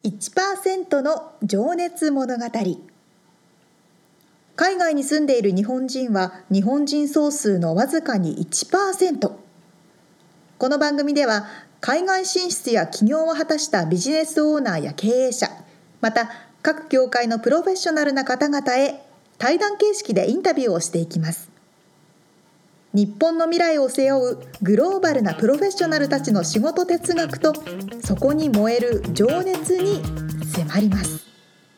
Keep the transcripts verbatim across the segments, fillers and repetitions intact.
いちパーセント の情熱物語。海外に住んでいる日本人は日本人総数のわずかに いちパーセント。この番組では海外進出や起業を果たしたビジネスオーナーや経営者、また各業界のプロフェッショナルな方々へ対談形式でインタビューをしていきます。日本の未来を背負うグローバルなプロフェッショナルたちの仕事哲学と、そこに燃える情熱に迫ります。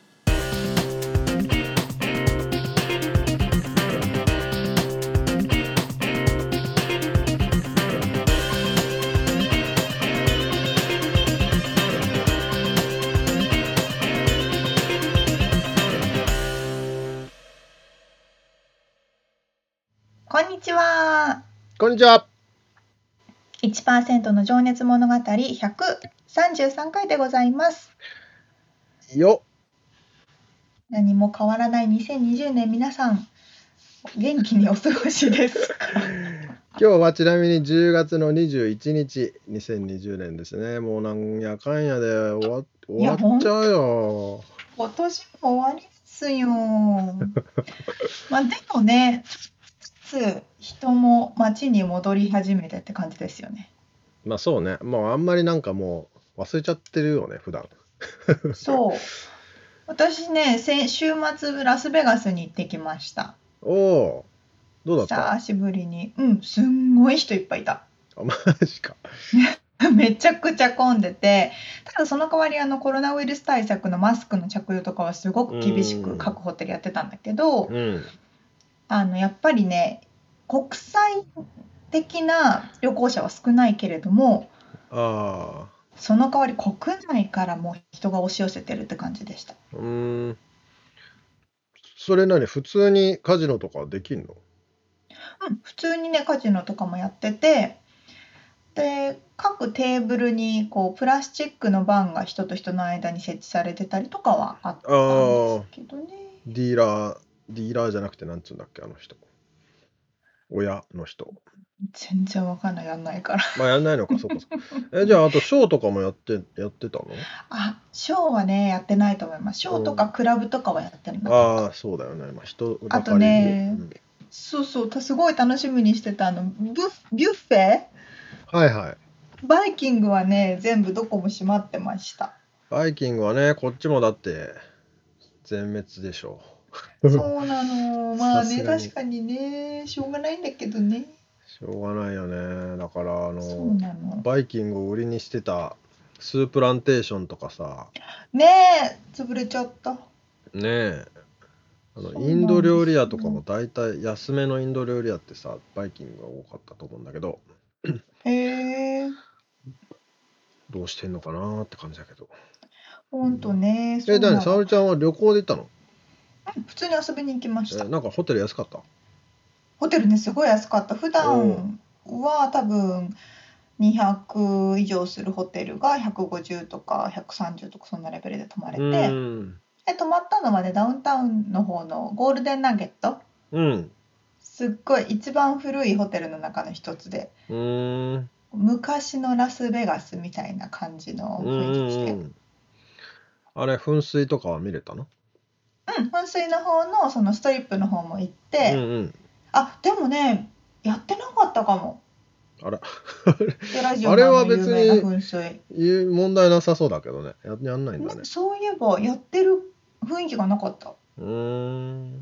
こんにちは。 こんにちは。 いちパーセント の情熱物語ひゃくさんじゅうさんかいでございます。 よ。 何も変わらないにせんにじゅうねん、皆さん元気にお過ごしですか？ 今日はちなみにじゅうがつのにじゅういちにち、にせんにじゅうねんですね。もうなんやかんやで終わ、終わっちゃうよ。 今年も終わりですよ。まあでもね、人も街に戻り始めてって感じですよね。 まあそうね。もうあんまりなんかもう忘れちゃってるよね、普段。 そう。私ね、先週末ラスベガスに行ってきました。 おお、どうだった？ 久しぶりに。うん、すんごい人いっぱいいた。 あ、マジか。 めちゃくちゃ混んでて、ただその代わりあのコロナウイルス対策のマスクの着用とかはすごく厳しく各ホテルやってたんだけど、 うん。 あのやっぱりね、国際的な旅行者は少ないけれども、 ああ、 その代わり国内からも人が押し寄せてるって感じでした。 うーん。それ何、普通にカジノとかできんの？ うん、普通にね、カジノとかもやってて、で、各テーブルにこうプラスチックのバンが人と人の間に設置されてたりとかはあったんですけどね。 ディーラー、ディーラーじゃなくてなんつうんだっけ、あの人。親の人。 全然わかんない、やんないから。 まあやんないのか、そうかそうか。え、じゃああとショーとかもやってやってたの？ あ、ショーはね、やってないと思います。ショーとかクラブとかはやってるなかった。 ああ、そうだよね。まあ人あとばかりに。 ね、 うんそうそう、たすごい楽しみにしてたあのブッビュッフェはいはい。 バイキングはね、全部どこも閉まってました。 バイキングはね、こっちもだって全滅でしょそうなの。まあね、 さすがに確かにね、しょうがないんだけどね。 しょうがないよね。だからあそうのなの。 バイキングを売りにしてたスープランテーションとかさ、 ねえ、潰れちゃった。 ねえ、あのそうなんですよインド料理屋とかも大体安めのインド料理屋ってさ、バイキングが多かったと思うんだけど、 へえ、 どうしてんのかなーって感じだけど。 ほんとね、そえ、 うな何、沙の。 織ちゃんは旅行で行ったの？ うん普通に遊びに行きましえ、 た。 なんかホテル安かった？ ホテルね、すごい安かった。普お段は多分にひゃく以上するホテルがひゃくごじゅうとかひゃくさんじゅうとかそんなレベルで泊まれうて、 ーん。 で、泊まったのはね、ダウンタウンの方のゴールデンナゲット。 うん。 すっごい一番古いホテルの中の一つで、 うーん。 昔のラスベガスみたいな感じのう雰囲気でしたよ。 んうん。あれ、噴水とかは見れたの？ うん、噴水の方のそのストリップの方も行っうんて、 うん。 あ、でもね、やってなかったかも。 あら。 ベラジオあれのあのは別有名なに噴水。 言う問題なさそうだけどね。や、やんないんだね、 ね。 そういえばやってる雰囲気がなかった。 うーん。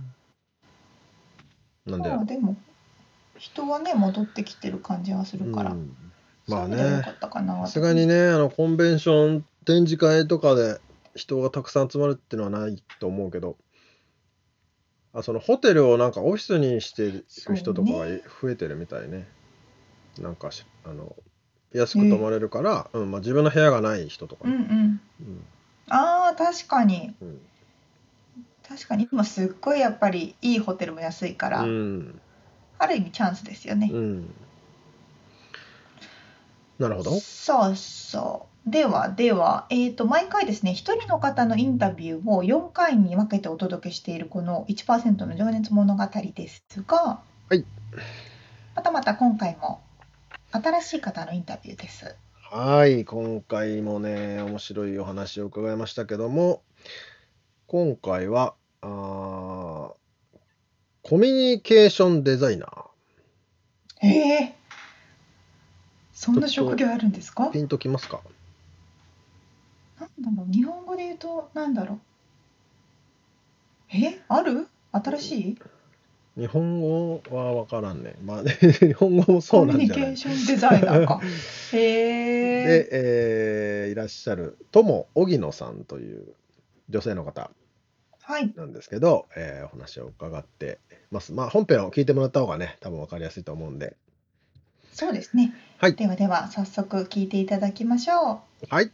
なんでやろまあでも人はね戻ってきてる感じはすう。 るから、 うん。 そうまあね。 いう意味では良かったかなさすとかね。 がにね、あの、コンベンション、展示会とかで人がたくさん集まるっていうのはないと思うけど、あ、そのホテルをなんかオフィスにしてるそう人とかがね。 増えてるみたいね。なんかし、あの、安く泊え、 まれるから、うん、まあ自分の部屋がない人とかね。 うんうん。 うん。 ああ、確かに。 うん。 確かに今すっごいやっぱりいいホテルも安いかうら、 ん。 ある意味チャンスですよね。 うん。なるほど。 そうそう。ではでは、えーと、毎回ですね、一人の方のインタビューをよんかいに分けてお届けしているこの いちパーセント の情熱物語ですが、 はい。 またまた今回も新しい方のインタビューです。 はい、今回もね、面白いお話を伺いましたけども、今回は、あーコミュニケーションデザイナー。 へえ、そんなちょっと職業あるんですか？ ピンときますか？ なんだろう、日本語で言うとなんだろう。え、ある？新しい？ 日本語はわからんね。まあ、日本語もそうコミュニなんじゃないケーションデザイナーか。へで、 え。 えーいらっしゃる友荻野さんという女性の方はい。 なんですけど、えーお話を伺ってます。まあ、本編を聞いてもらった方がね、多分わかりやすいと思うんで。 そうですね。 はい。 ではでは早速聞いていただきましょう。 はい。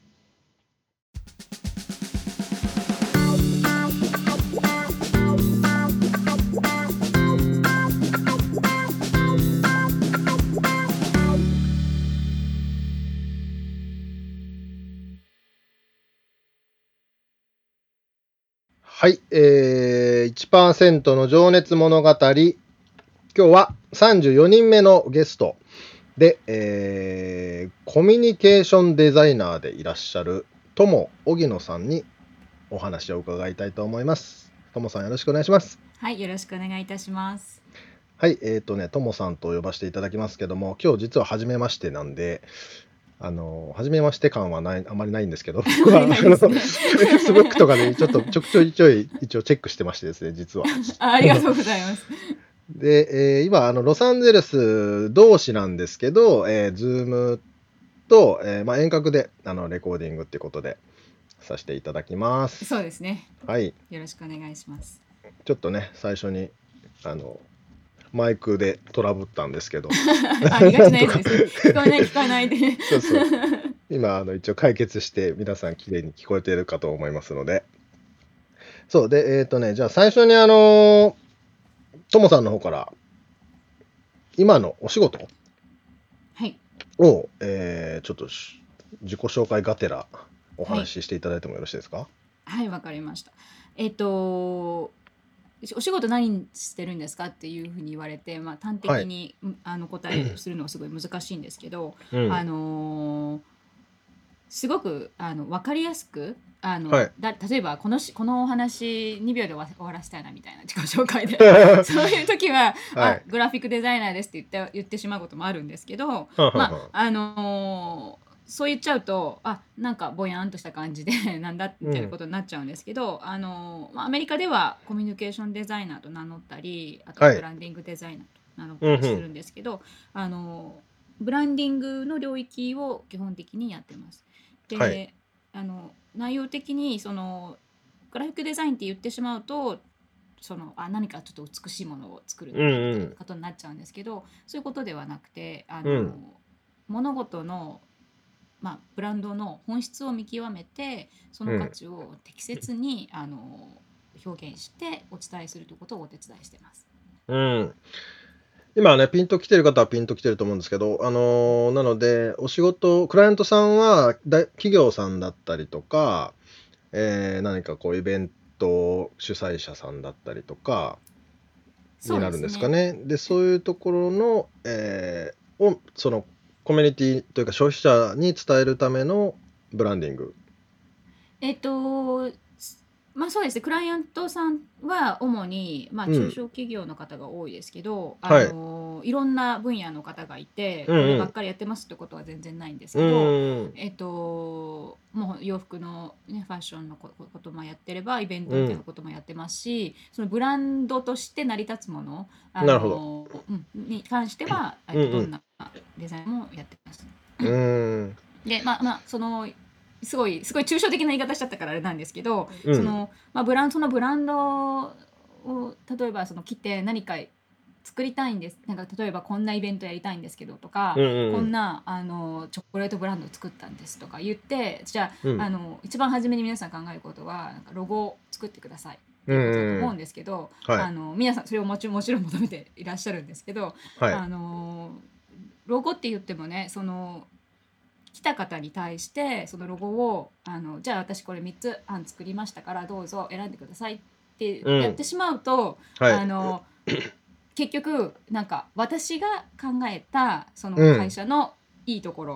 はい。えー、いちパーセント の情熱物語。今日はさんじゅうよにんめのゲストで、えー、コミュニケーションデザイナーでいらっしゃる友荻野さんにお話を伺いたいと思います。友さんよろしくお願いします。 はい、よろしくお願いいたします。 はい。えっ、とね、友さんと呼ばせていただきますけども、今日実は初めましてなんで、あの、初めまして感はない、あまりないんですけど、僕は、ああまりないの、 ですね。 Facebook とかでちょっとちょくちょいちょい一応チェックしてましてですね、実は。 あ、ありがとうございます。 で、えー今、あの、ロサンゼルス同士なんですけど、えー、Zoom と、えーまあ、遠隔で、あの、レコーディングっていうことでさせていただきまそうす。 ですね。 はい。 よろしくお願いします。 ちょっとね、最初に、あの、マイクでトラブったんですけど、 ありがちなやつなんとかですね。聞こえない聞こえないで。 そうそう。今、あの、一応解決して、皆さん綺麗に聞こえているかと思いますので。そう。で、えっ、とね、じゃあ最初にあのともさんの方から、今のお仕事はい。 を、えーちょっとし自己紹介がてらおはい。 話ししていただいてもよろしいですか？ はい、わかりました。えっと、お仕事何してるんですかっていうふうに言われて、まあ、端はい。 的にんあの答えするのはすごい難しいんですけど、あうん。 のーすごくあの分かりやすくあはのい。 だ例えばこのしこのお話にびょうで終わ終わらせたいなみたいな自己紹介でそういう時ははい。 あグラフィックデザイナーですって言って言ってしまうこともあるんですけど、 はんはんまはああのーそう言っちゃうとあなんかぼやんとした感じでなんだみたいなん。 ことになっちゃうんですけど、あのーまあアメリカではコミュニケーションデザイナーと名乗ったり、あとははい。 ブランディングデザイナーと名乗っうん。うん。 たりするんですけど、あのーブランディングの領域を基本的にやってます。 はい。 であの内容的にそのグラフィックデザインって言ってしまうとそのあ何かちょっと美しいものを作るうん。 のかみたいなうん。 ことになっちゃうんですけど、そういうことではなくてあうん。 の物事の、まあ、ブランドの本質を見極めてその価うん。 値を適切にあの表現してお伝えするということをお手伝いしてます。 うん。今ね、ピンと来てる方はピンと来てると思うんですけど、あのーなので、お仕事、クライアントさんは大企業さんだったりとか、えー何かこうイベント主催者さんだったりとかにそうなるんですかですね。 ね。で、そういうところの、えーを、そのコミュニティというか消費者に伝えるためのブランディング。 えっと、まあそうですね、クライアントさんは主に、まあ、中うん。 小企業の方が多いですけど、あはい。 のいろんな分野の方がいて、 うんこれうん。 ばっかりやってますってことは全然ないんですうけど、 ーん。 えっと、もう洋服の、ね、ファッションのここともやってれば、イベントみたいなうん。 こともやってますし、そのブランドとして成り立つもの、あなるほど。 の、うん、に関しては、えうんうん。 っとどんなデザインもやってます。 うーん。 で、まあまあ、その、すごい、すごい抽象的な言い方しちゃったからあれなんですけど、 うん。 その、まあ、ブラン、そのブランドを、例えばその来て何か作りたいんです。なんか例えばこんなイベントやりたいんですけどとか、 うんうこんんなあのチョコレートブランドを作ったんですとか言って、じゃうん。うあ、あん。 の一番初めに皆さん考えることは、なんかロゴを作ってくださいってうんいうことだとうん。 思うんですけど、 はい。 あの皆さんそれをもちもちろん求めていらっしゃるんですけど、 はい。 あのロゴって言ってもね、その来た方に対してそのロゴをあのじゃあ私これみっつ案作りましたからどうぞ選んでくださいってうん。 やってしまうと、 はい。 あの結局なんか私が考えたそのうん。 会社のいいところ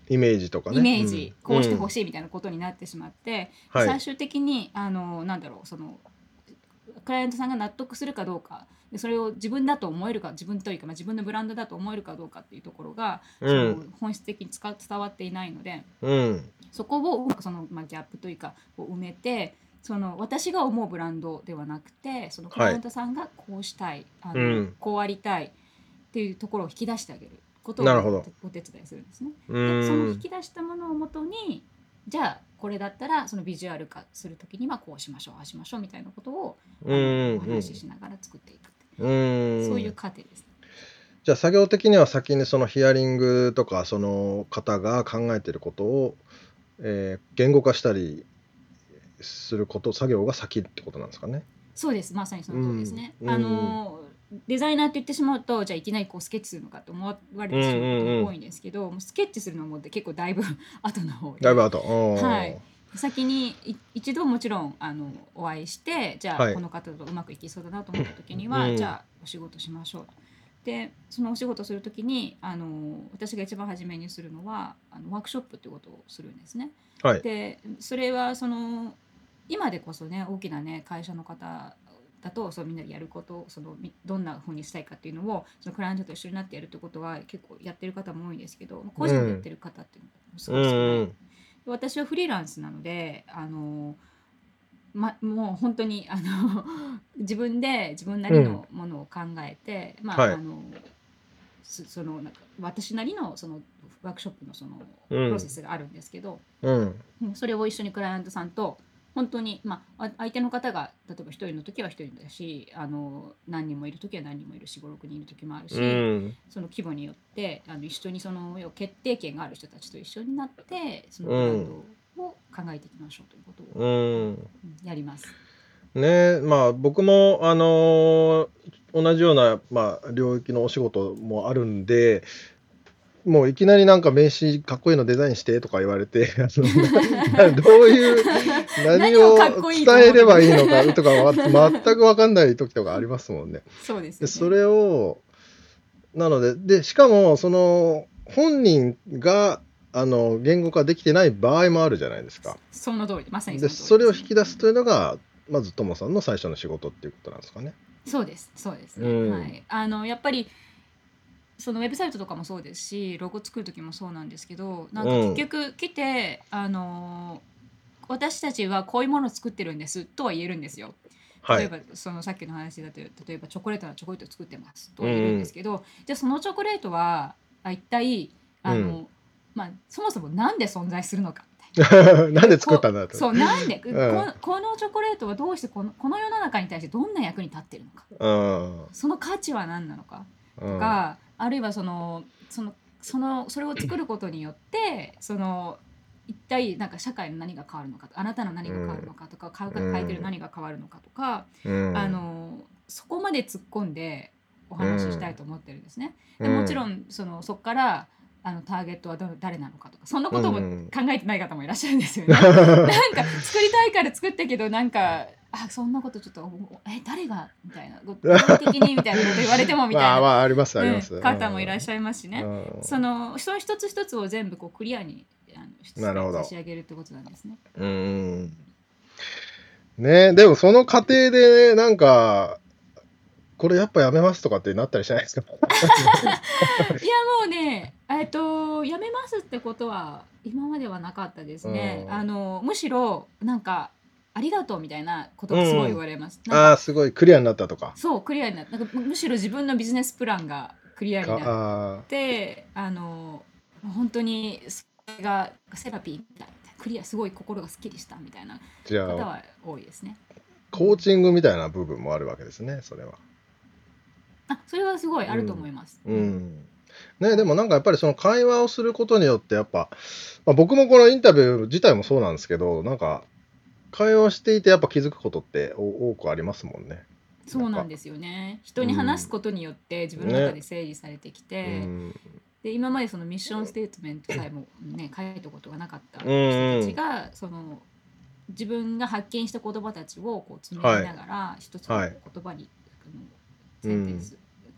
イメージとかねイメージ、 うん、 こうしてほしい、 しいみたいなことになってしまって、 はい最終的にあのなんだろうそのクライアントさんが納得するかどうかでそれを自分だと思えるか自分というか、まあ、自分のブランドだと思えるかどうかっていうところが、 うんその本質的につか伝わっていないのでうんそこをうまくその、まあ、ギャップというかを埋めてその私が思うブランドではなくてそのクライアントさんがこうしたい、あのうんこうありたいっていうところを引き出してあげることをなるほどお手伝いするんですね。 うでそのん引き出したものをもとにじゃあこれだったらそのビジュアル化するときにはこうしましょうああしましょうみたいなことをあうのんお話ししながら作っていくうんそういう過程ですね。 じゃあ作業的には先にそのヒアリングとかその方が考えていることを、えー言語化したりすること作業が先ってことなんですかね。 そうですまさにその通りですね。 うんあのデザイナーって言ってしまうとじゃあいきなりこうスケッチするのかって思われてしまうことも多いんですけど、もうスケッチするのも結構だいぶ後の方でだいぶ後はい先にい一度もちろんあのお会いしてじゃはいあこの方とうまくいきそうだなと思った時には、 うんじゃあお仕事しましょうでそのお仕事する時にあの私が一番初めにするのはあのワークショップっていうことをするんですね。 はいでそれはその今でこそね大きなね会社の方だとそうみんなでやることそのみどんな風にしたいかっていうのをそのクライアントと一緒になってやるってことは結構やってる方も多いんですけど個人でやってる方っていうのもすごい少ない、 うん私はフリーランスなのであの、ま、もう本当にあの自分で自分なりのものを考えて、まあ、 はいあのそそのなんか私なりのそのワークショップのそのうんプロセスがあるんですけど、 うんうんそれを一緒にクライアントさんと本当に、まあ、あ相手の方が例えば一人の時は一人だしあの何人もいる時は何人もいるしごろくにんいる時もあるし、 うんその規模によってあの一緒にその要は決定権がある人たちと一緒になってそのブランドを考えていきましょうということを、 うんうんやります。 ねまあ僕もあのー同じような、まあ、領域のお仕事もあるんでもういきなりなんか名刺かっこいいのデザインしてとか言われてあのなどういう何何ををかっこいいと思って伝えればいいのかとかわ全く分かんない時とかありますもんね。 そうですよね。 でそれをなのででしかもその本人があの言語化できてない場合もあるじゃないですか。 その通りまさにそでの通りですねそれを引き出すというのがまずともさんの最初の仕事っていうことなんですかね。 そうですそうですね、 うんはい、あのやっぱりそのウェブサイトとかもそうですしロゴ作る時もそうなんですけどなんか結局来て、あの私たちはこういうものを作ってるんですとは言えるんですよ。 はい。 例えばそのさっきの話だと例えばチョコレートならチョコレート作ってますとは言えるんですけど、じゃあそのチョコレートはあ一体あの、 うんまあ、そもそもなんで存在するのかみたいな。 なんで作ったんだと。 そうなんで、 うんここのチョコレートはどうしてこのこの世の中に対してどんな役に立ってるのかうんその価値は何なのかうんとか、あるいはそのそのそのそれを作ることによってその一体なんか社会の何が変わるのかあなたの何が変わるのかとか、買ううん書いてる何が変わるのかとか、 うんあのそこまで突っ込んでお話ししたいと思ってるんですね。 うんでもちろんそのそこからあのターゲットはど誰なのかとかそんなこともうん考えてない方もいらっしゃるんですよね。なんか作りたいから作ったけどなんかあそんなことちょっとえ誰がみたいな具体的にみたいなこと言われてもみたいな、 まあまあありますあります。 うん方もいらっしゃいますしね、 うんそのその一つ一つを全部こうクリアにあのなるほど差し上げるってことなんですね。 うんねでもその過程でなんかこれやっぱやめますとかってなったりしないですか。 いやもうねえっとやめますってことは今まではなかったですね。 うんあのむしろなんかありがとうみたいなことがすごい言われます。なんかああすごいクリアになったとか。 そうクリアになってなんかむしろ自分のビジネスプランがクリアになっあてあの本当にそれがセラピーみたいなクリアすごい心がすっきりしたみたいなーじゃあ方は多いですね。 コーチングみたいな部分もあるわけですねそれは。 あそれはすごいあると思います。 うんね、でもなんかやっぱりその会話をすることによってやっぱ、まあ、僕もこのインタビュー自体もそうなんですけどなんか会話をしていてやっぱ気づくことってお多くありますもんね。 そうなんですよね。人に話すことによって自分の中で整理されてきて、 うんで今までそのミッションステートメントさえも、ね、書いたことがなかったうん人たちがその自分が発見した言葉たちをこう紡ぎながら、一つの言葉に、あのセンテンス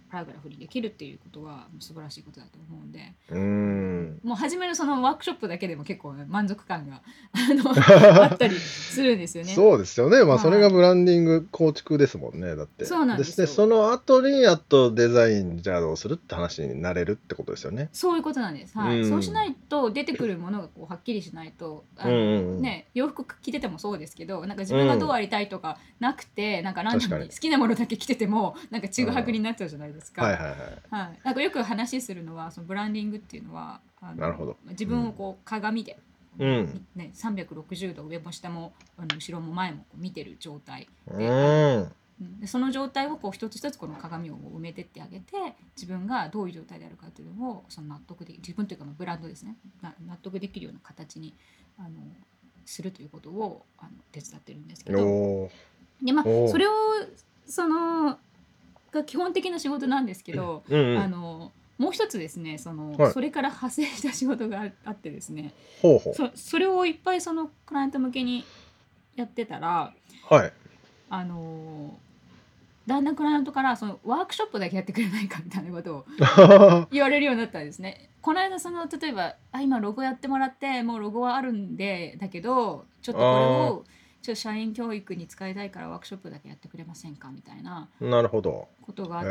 パラグラフにできるっていうことは素晴らしいことだと思うんで、 うーん。 もう初めのそのワークショップだけでも結構満足感があのあったりするんですよね。 そうですよね。まあ、それがはい、 ブランディング構築ですもんね。だって。 そうなんですね、 ですよ。 その後にやっとデザインじゃあどうするって話になれるってことですよね。 そういうことなんです。 うはい。そうしないん。 と出てくるものがこうはっきりしないと、 うんうあのんうん。 ね、洋服着ててもそうですけど、なんか自う分がどうあん。 りたいとかなくて、なんかランダ確かに。 ムに好きなものだけ着てても、なんかちうん。 ぐはぐはいになっちゃうじゃないですか。 はいはい。 はい。なんかよく話するのは、そのブランディングっていうのは、あのなるほど。 自うん。 分をこう鏡で、 うもうん。 ね、さんびゃくろくじゅうど上も下もあの後ろも前もこう見てる状態うである。 ーん。 うんでその状態をこう一つ一つこの鏡を埋めてってあげて、自分がどういう状態であるかっていうのをその納得でき自分というかまあブランドですね、な納得できるような形にあのするということをあの手伝ってるんですけど、 おー。 でまあおー。 それをそのが基本的な仕事なんですけど、 うんうん。 あのもう一つですね、そのはい。 それから派生した仕事がああってですね、 ほうほそそれをいっぱいそのクライアント向けにやってたら、 う。はい。 あのだんだんクライアントからそのワークショップだけやってくれないかみたいなことを言われるようになったんですね。この間その例えばあ今ロゴやってもらってもうロゴはあるんでだけどちょっとこれあをちょっと社員教育に使いたいからワークショップだけやってくれませんかみたいなあ、なるほど。 ことがあって、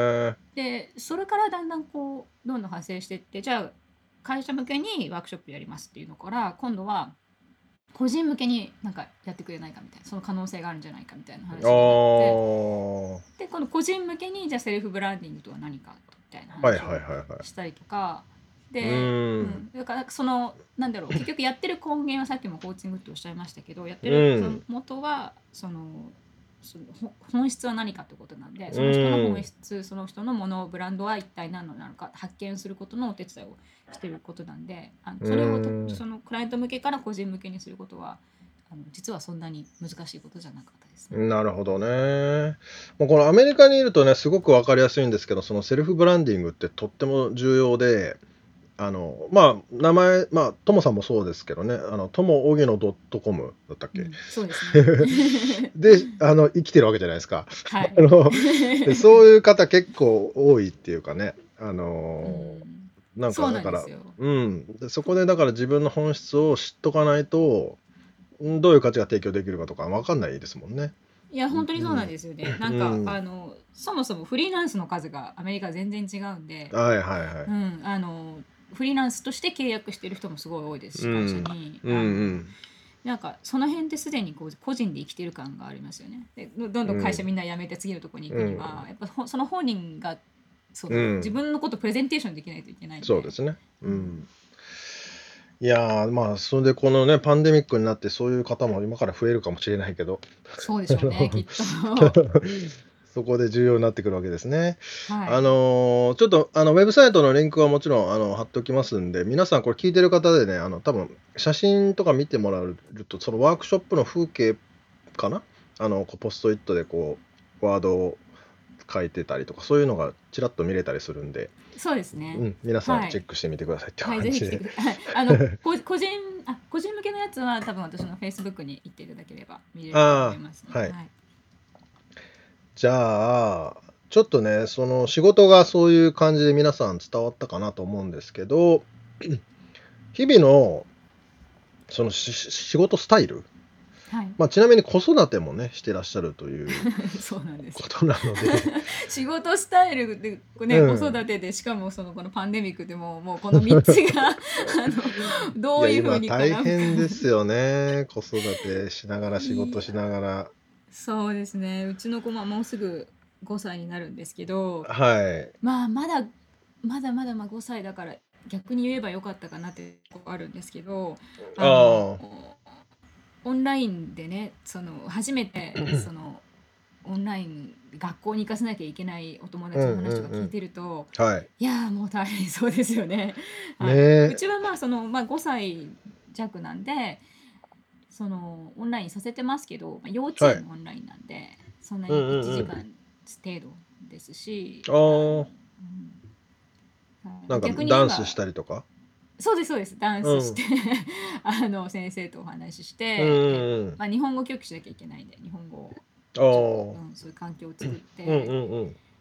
へえ。 でそれからだんだんこうどんどん派生していって、じゃあ会社向けにワークショップやりますっていうのから今度は個人向けになんかやってくれないかみたいな、その可能性があるんじゃないかみたいなあ話になって、 あ。はでこの個人向けにじゃあセルフブランディングとは何かみたいないはい話をはいはい。 したりとかうで、うーん。 ん、だからそのなんだろう結局やってる根源はさっきもコーチングっておっしゃいましたけど、やってうるそのん。 元はそのそのほ本質は何かってことなんで、 うその人のーん。 本質、その人のものブランドは一体何なのか発見することのお手伝いをしてることなんで、あのうそれをとーん。 そのクライアント向けから個人向けにすることはあの実はそんなに難しいことじゃなかったですね。 なるほどね。もうこのアメリカにいるとね、すごくわかりやすいんですけど、そのセルフブランディングってとっても重要で、あの、まあ、名前、まあ、ともさんもそうですけどね、あの、ともおぎの .com だったっけうん、そうですね。 で、あの、生きてるわけじゃないですか。 はい。 あの、で、そういう方結構多いっていうかね、あうの、 ん、 なんそうかだから、 なんですよ。 うん、で、そこでだから自分の本質を知っとかないと、んどういう価値が提供できるかとかわかんないですもんね。 いや、 う本当にそうなんん。 ですよね。なうんか、 ん。 あの、そもそもフリーランスの数がアメリカ全然違うんで、 はいはいはい。 うん、あの、フリーランスとして契約してる人もすごい多いですし、会社うん。 に。 うんうあの、 ん。 なんか、その辺ってすでにこう個人で生きてる感がありますよね。で、どどんどん会社うん。 みんな辞めて次のところに行うん。 くには、やっぱほその本人が、そうの自ん。 分のことプレゼンテーションできないといけないんで、 そうですね。ううん、 ん。いやー、まあ、それでこのね、パンデミックになってそういう方も今から増えるかもしれないけど、 そうであしょうね、きのっと。 そこで重要になってくるわけですね。あはい。 のーちょっとあのウェブサイトのリンクはもちろんあの貼っておきますんで、皆さんこれ聞いてる方でね、あの多分写真とか見てもらえると、そのワークショップの風景かな、あのこうポストイットでこうワードを書いてたりとか、そういうのがちらっと見れたりするんで、 そうですね。 うん、皆さんはい。 チェックしてみてくださいってはい、ぜ感じで。 ひ来てください。はい、あの、こ個人、あ、個人向けのやつは多分私の Facebook に行っていただければ見れると思いあますね。 あ、はい。 はい。 じゃあ、ちょっとね、その仕事がそういう感じで皆さん伝わったかなと思うんですけど、日々のそのし仕事スタイル、 はい。 まあ、ちなみに子育てもね、してらっしゃるというそうなんです。 ことなので、 仕事スタイルで、ね、子育うん。 てで、しかもそのこのパンデミックでも、もうこのみっつがあのいや、 どういうふう今大に絡むか。 変ですよね。子育てしながら仕いや、 事しながら。 そうですね。うちの子ももうすぐごさいになるんですけど、 はい。 まあまだまだまだまあごさいだから逆に言えばよかったかなってとこあるんですけど、あのああ。 オンラインでね、その初めてそのオンライン学校に行かせなきゃいけないお友達のうんう話とか聞いんうん。 てると、 はい。 いやーもう大変そうですよね。 ねはい、うえ。 ちはまあその、まあ、ごさい弱なんでそのオンラインさせてますけど、まあ、幼稚はい。 園のオンラインなんでそんなうんに1 うんうん。 時間程度ですし、あの、 ああ。 うんはいまあ、 なんか逆に言ダンスしえばたりとか。 そうですそうです、ダンうん。 スしてあの先生とお話ししうんて、えうんうん。 まあ、日本語教育しなきゃいけないんで日本語をあちょっと、 あ。 うん、そういう環境を作っうんうてんうん。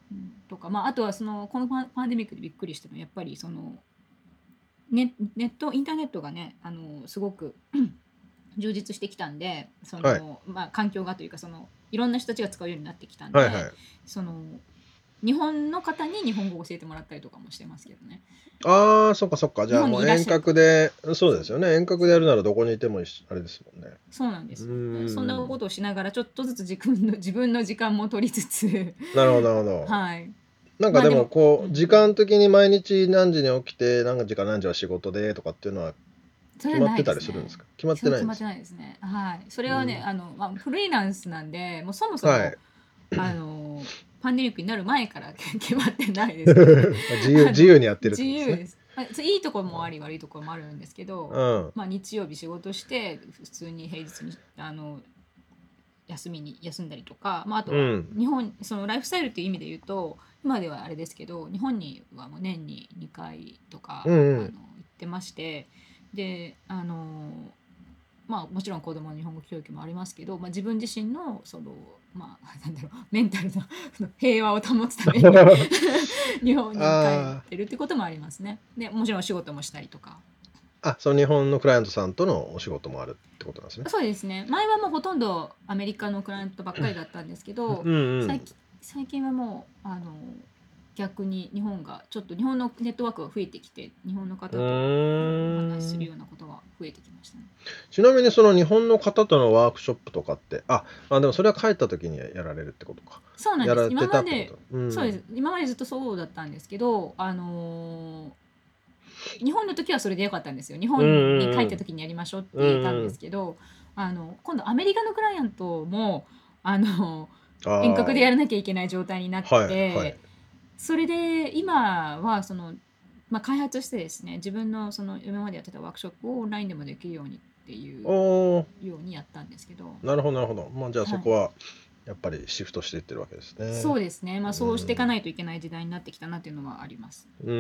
うんとか、まあ、あとはそのこのパンパンデミックでびっくりしたのはやっぱりそのネ、ネットインターネットがねあのすごく充実してきたんでそはい。 の、まあ、環境がというかそのいろんな人たちが使うようになってきたんはいはでい。 その日本の方に日本語を教えてもらったりとかもしてますけどね。 ああ、そっかそっか。じ日本ゃあもう遠にいらっしゃる方隔で、そうそうですよね。遠隔でやるならどこにいても一緒あれですもんね。 そうなんでうすよ。でそんなーん。 ことをしながらちょっとずつ自分の自分の時間も取りつつなるほど、なるほど。 はいなんかでまあでも、うもこう、時ん、 間的に毎日何時に起きて、何時から何時は仕事でとかっていうのはそれはない決まってたりですね。 するんですか？決まっそれ決まっててないんですか？ ないですね。はい。それはね、 うん。 あの、まあ、フリーランスなんで、もうそもそも、 はい。 あの、パンデミックになる前から決まってないですけどね。 自由、 あの、 自由にやってるって自ことですね。 由です。まあ、そいいところもあり、悪いところもあるんですけど、 うん。 まあ、日曜日仕事して、普通に平日に、あの、休みに休んだりとか、まあ、あとはうん。 日本そのライフスタイルっていう意味で言うと今ではあれですけど日本にはもう年ににかいとかうんうん。 あの行ってましてであのまあもちろん子供の日本語教育もありますけど、まあ、自分自身のそのまあなんだろうメンタルの平和を保つために日本に帰っあてるってこともありますね。でもちろんお仕事もしたりとか。 あ、あ、その日本のクライアントさんとのお仕事もあるってことなんですね。 そうですね。前はもうほとんどアメリカのクライアントばっかりだったんですけど、 うんうん。 最近最近はもうあの逆に日本がちょっと日本のネットワークが増えてきて、日本のう方とお話しすーん。 るようなことが増えてきましたね。 ちなみにその日本の方とのワークショップとかって、あ、あ、でもそれは帰った時にやられるってことか。 そうなんです。 やられてたってこ今までと。うん。 そうです。今までずっとそうだったんですけど、あの日本の時はそれでよかったんですよ。日うん本に帰ったうん時にやりましょうってうん。 言えたんうんうん。 ですけど、あの今度アメリカのクライアントもあのあ遠隔であ、 やらなきゃいけない状態になっはいはて、 い。 それで今はその、まあ、開発してですね、自分のその今までやってたワークショップをオンラインでもできるようにっていうおー、 ようにやったんですけど、 なるほどなるほど。まあじゃあそはい、 こはやっぱりシフトしていってるわけですね。 そうですね、まあ、 うそうしていかん。 ないといけない時代になってきたなっていうのはあります。 うん。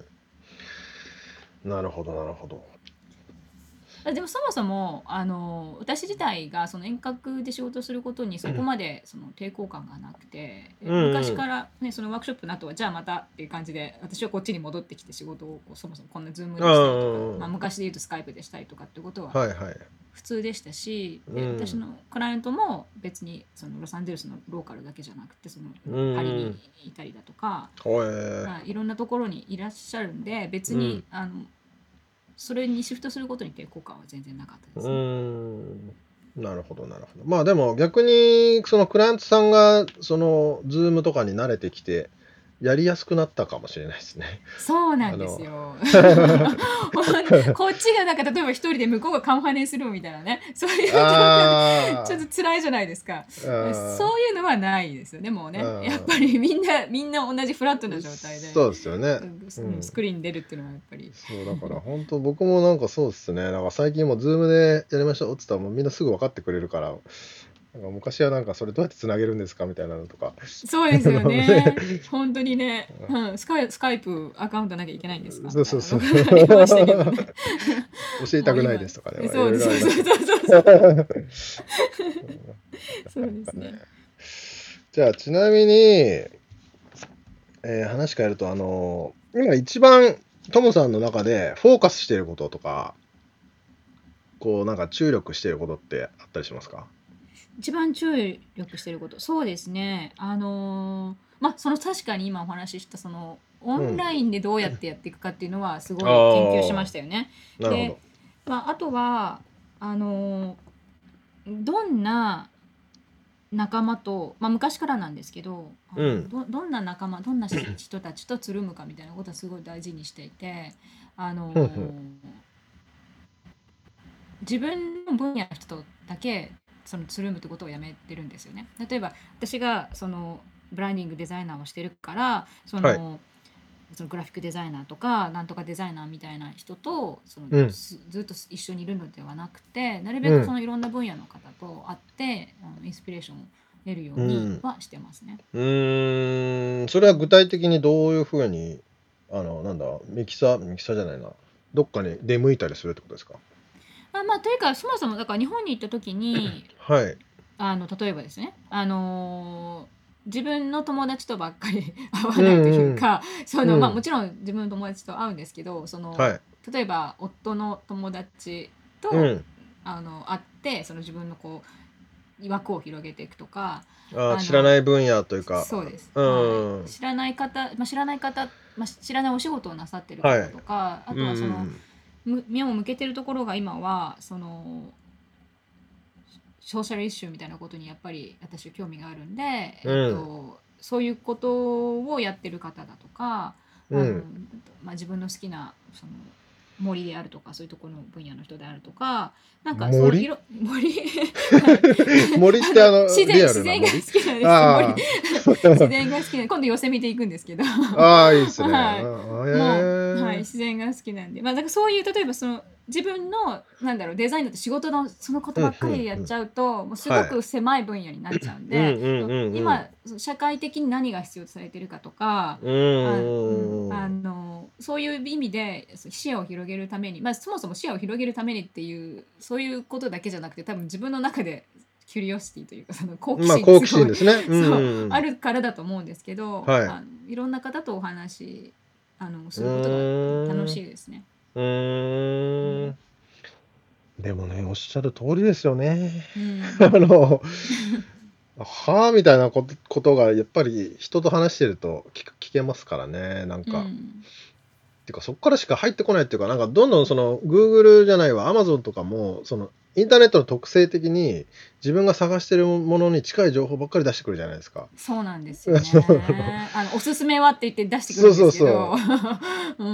なるほどなるほど。 あでもそもそもあの私自体がその遠隔で仕事することにそこまでその抵抗感がなくて、えうんうん。 昔から、ね、そのワークショップの後はじゃあまたっていう感じで私はこっちに戻ってきて仕事をこうそもそもこんなズームあでしたりとか、まあ、 あ、 昔で言うとスカイプでしたりとかってことははいはい。 普通でしたし、 うで私ん。 のクライアントも別にそのロサンゼルスのローカルだけじゃなくてそのうパリにん。 いたりだとか、 ほえまあ、いろんなところにいらっしゃるんで別ー。うん。 にあのそれにシフトすることに抵抗感は全然なかったでうすね。 ん。なるほどなるほど。まあでも逆にそのクライアントさんがそのズームとかに慣れてきてやりやすくなったかもしれないですね。 そうなんですあのよ。こっちがなんか例えば一人で向こうがカンファレンスするみたいなね、そういう状況でちょっあと辛いじゃないですか。 あ、あそういうのはないですよ。でもあ、 ね、やっぱありみんなみんな同じフラットなあ、 状態で、 そうですよね。ううん、 ん。 スクリーンに出るっていうのはやっぱり。 そうだから本当僕もなんかそうですね。なんか最近もズームでやりましょうって言ったらもうみんなすぐ分かってくれるから、なんか昔はなんかそれどうやってつなげるんですかみたいなのとか、 そうですよあのね、 ね。本当にね、うん、スカイスカイプアカウントなきゃいけないんですかみたいなのそうそうそう。 がありましたけどね。 教えたくないもう今、 ですとかね、いろいそうです、 ろありますけど。 そうそうそうそう。そうなかなかね。 ですね。 じゃあちなみに、えー話変えると、あのー今一番トムさんの中でフォーカスしていることとか、こうなんか注力していることってあったりしますか？ 一番注力してること、そうですね。あのーまあその確かに今お話ししたそのオンうん。 ラインでどうやってやっていくかっていうのはすごい研究しまああ、 したよね。で、 なるほど。 まあ、あとはあのーどんな仲間と、まあ、昔からなんですけど、あうん。 のどどんな仲間どんなし人たちとつるむかみたいなことはすごい大事にしていて、あのふんふん。 ー自分の分野の人とだけそのつるむってことをやめてるんですよね。例えば私がそのブランディングデザイナーをしてるからそはい。 のそのグラフィックデザイナーとかなんとかデザイナーみたいな人とそのうん。 すずっと一緒にいるのではなくて、なるべうん。 くそのいろんな分野の方と会ってあのインスピレーションを得るよううん。 にはしてますね。 うーん。それは具体的にどういうふうに、あの、なんだ、ミキサー、ミキサーじゃないな。どっかに出向いたりするってことですか？ あまあというかそもそもだから日本に行った時にはい。 あの例えばですねあのー自分の友達とばっかり会わないというか、その、 うんまあ、もちろん自分の友達と会うんですけど、その、 はい。 例えば夫の友達と、 うん。 あの会ってその自分のこう枠を広げていくとか、 あーあの知らない分野というか。 そうです、 うん。 はい、知らない方、まあ、知らない方、まあ、知らないお仕事をなさってるはい方とか、あとはその、む目を向けてるところが今はそのソーシャルイシューみたいなことにやっぱり私は興味があるんで、えっと、そういうことをやってる方だとか、 うんあのまあ、自分の好きなその森であるとかそういうところの分野の人であるとか、なんかそう森いろ森はい森ってあの自然リア自然がルな森。 好きなんです。 あ森自然が好きな今度ヨセミテ行くんですけどあ、ああ、いいですね。 はいあもう、 へえ。 はい、自然が好きなんで、まあ、だからそういう例えばその自分のなんだろうデザインだって仕事のそのことばっかりでやっちゃうと、もうすごく狭い分野になっちゃうんで、 うんうんうんうん今社会的に何が必要とされてるかとか、 うあうんんあのそういう意味で視野を広げるために、まあ、そもそも視野を広げるためにっていうそういうことだけじゃなくて、多分自分の中でキュリオシティというかその好奇まあ心がすごい好奇心ですね。うんそううんあるからだと思うんですけど、 はいあのいろんな方とお話あのすうることーんが楽しいですね。 うーん。でもね、おっしゃる通りですよね。 うんあの、はあみたいなことことがやっぱり人と話してると聞く聞けますからね。なんうか、 んてかそこからしか入ってこないっていうか、なんかどんどんその Google じゃないわ、Amazon とかもそのインターネットの特性的に自分が探してるものに近い情報ばっかり出してくるじゃないですか。 そうなんですよね。あのおすすめはって言って出してくるんですけど、うん、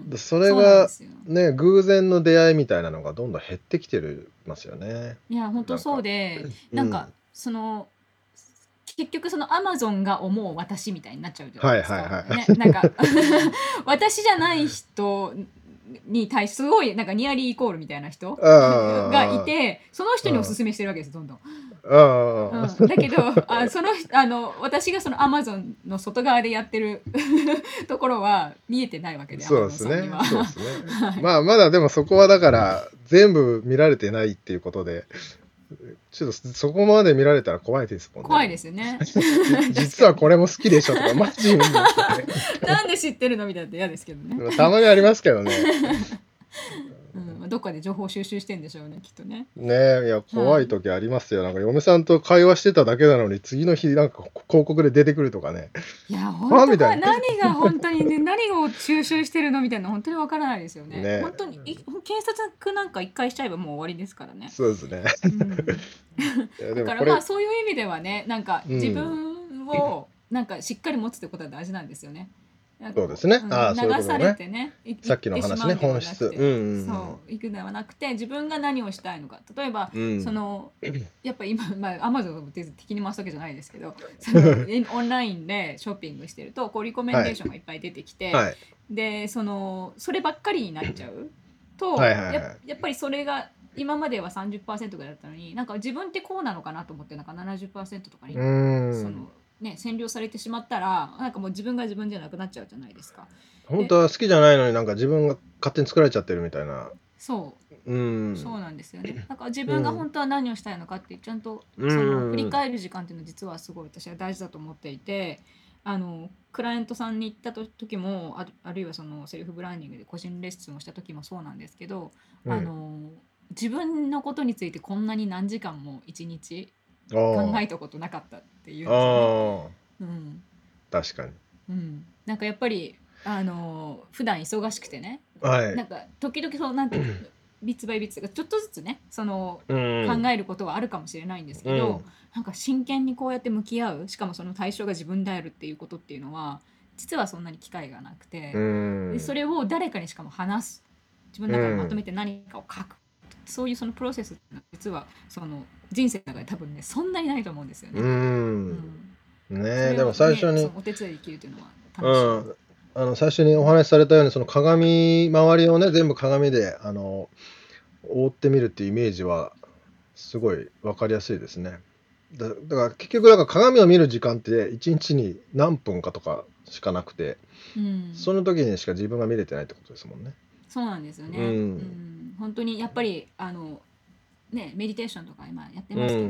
それそうなんでがすよ。 ね、偶然の出会いみたいなのがどんどん減ってきてるますよね。 いや本当そうで、なんか、 うんその結局そのアマゾンが思う私みたいになっちゃうじゃなはいいですか。 はいはい。 ね、なんか私じゃない人に対してすごいなんかニアリーイコールみたいな人あがいて、その人におすすめしてるわけですどんどん。 あああ、 うん、だけどあそのあの私がそのアマゾンの外側でやってるところは見えてないわけで、 そうです Amazon さんにね。 は。 そうですね。 はいまあまだでもそこはだから全部見られてないっていうことで、ちょっとそこまで見られたら怖いですもんね。 怖いですよね。 実はこれも好きでしょとかマジ言うんですよね。 なんで知ってるのみたいなって嫌ですけどね。 たまにありますけどね。 うん、どっかで情報収集してんでしょうねきっとね。 ねえ、いや怖い時ありますよ。なんか嫁さんと会話してただけなのに次の日なんか広告で出てくるとかね。 いや本当かみたいな何が本当にね何を収集してるのみたいな本当にわからないですよね。 ね本当にい検索なんか一回しちゃえばもう終わりですからね。 そうですね。 うんいやでだからもこれまあそういう意味ではねなんかうん自分をなんかしっかり持つってことは大事なんですよね。なんかそうですねんああそういうことね流されてねいさっきの話ね行ってしまうんではなくて本質うんうんうんそう行くではなくて自分が何をしたいのか、例えば、 うんそのやっぱ今まあアマゾンを敵に回すわけじゃないですけど、そのインオンラインでショッピングしてるとこうリコメンデーションがいっぱい出てきて、 はいでそのそればっかりになっちゃうとはいはいはいややっぱりそれが今まではさんじゅっパーセントぐらいだったのに、なんか自分ってこうなのかなと思ってなんかななじゅっパーセントとかに、 うーんそのね、占領されてしまったらなんかもう自分が自分じゃなくなっちゃうじゃないですか。 本当は好きじゃないのになんか自分が勝手に作られちゃってるみたいな。 そううんそうなんですよね。だから自分が本当は何をしたいのかってちゃんとそうんの振り返る時間っていうのは実はすごい私は大事だと思っていて、あのクライアントさんに行った時もあるあるいはそのセルフブランディングで個人レッスンをした時もそうなんですけど、 うんあの自分のことについてこんなに何時間も一日あ考ーえたことなかったっていうんですよね。 あうんー確かに。 うん、なんかやっぱりあの普段忙しくてね、 はいなんか時々そうなんていうのビッツバイビッツがちょっとずつねそのうん考えることはあるかもしれないんですけど、 うんなんか真剣にこうやって向き合う、しかもその対象が自分であるっていうことっていうのは実はそんなに機会がなくて、 うんでそれを誰かにしかも話す、自分の中でまとめて何かを書く、そういうそのプロセスっていうのは実はその人生の中で多分ねそんなにないと思うんですよね。 ううんんそねれをえでも最初にねそうお手伝いできるっていうのはう楽しい。 んあの最初にお話しされたようにその鏡周りをね全部鏡であの覆ってみるっていうイメージはすごい分かりやすいですね。だだから結局だから鏡を見る時間っていちにちに何分かとかしかなくて、 うん、 その時にしか自分が見れてないってことですもんね。 そうなんですよね。 うんうん本当にやっぱりあのねメディテーションとか今やってますけど、うん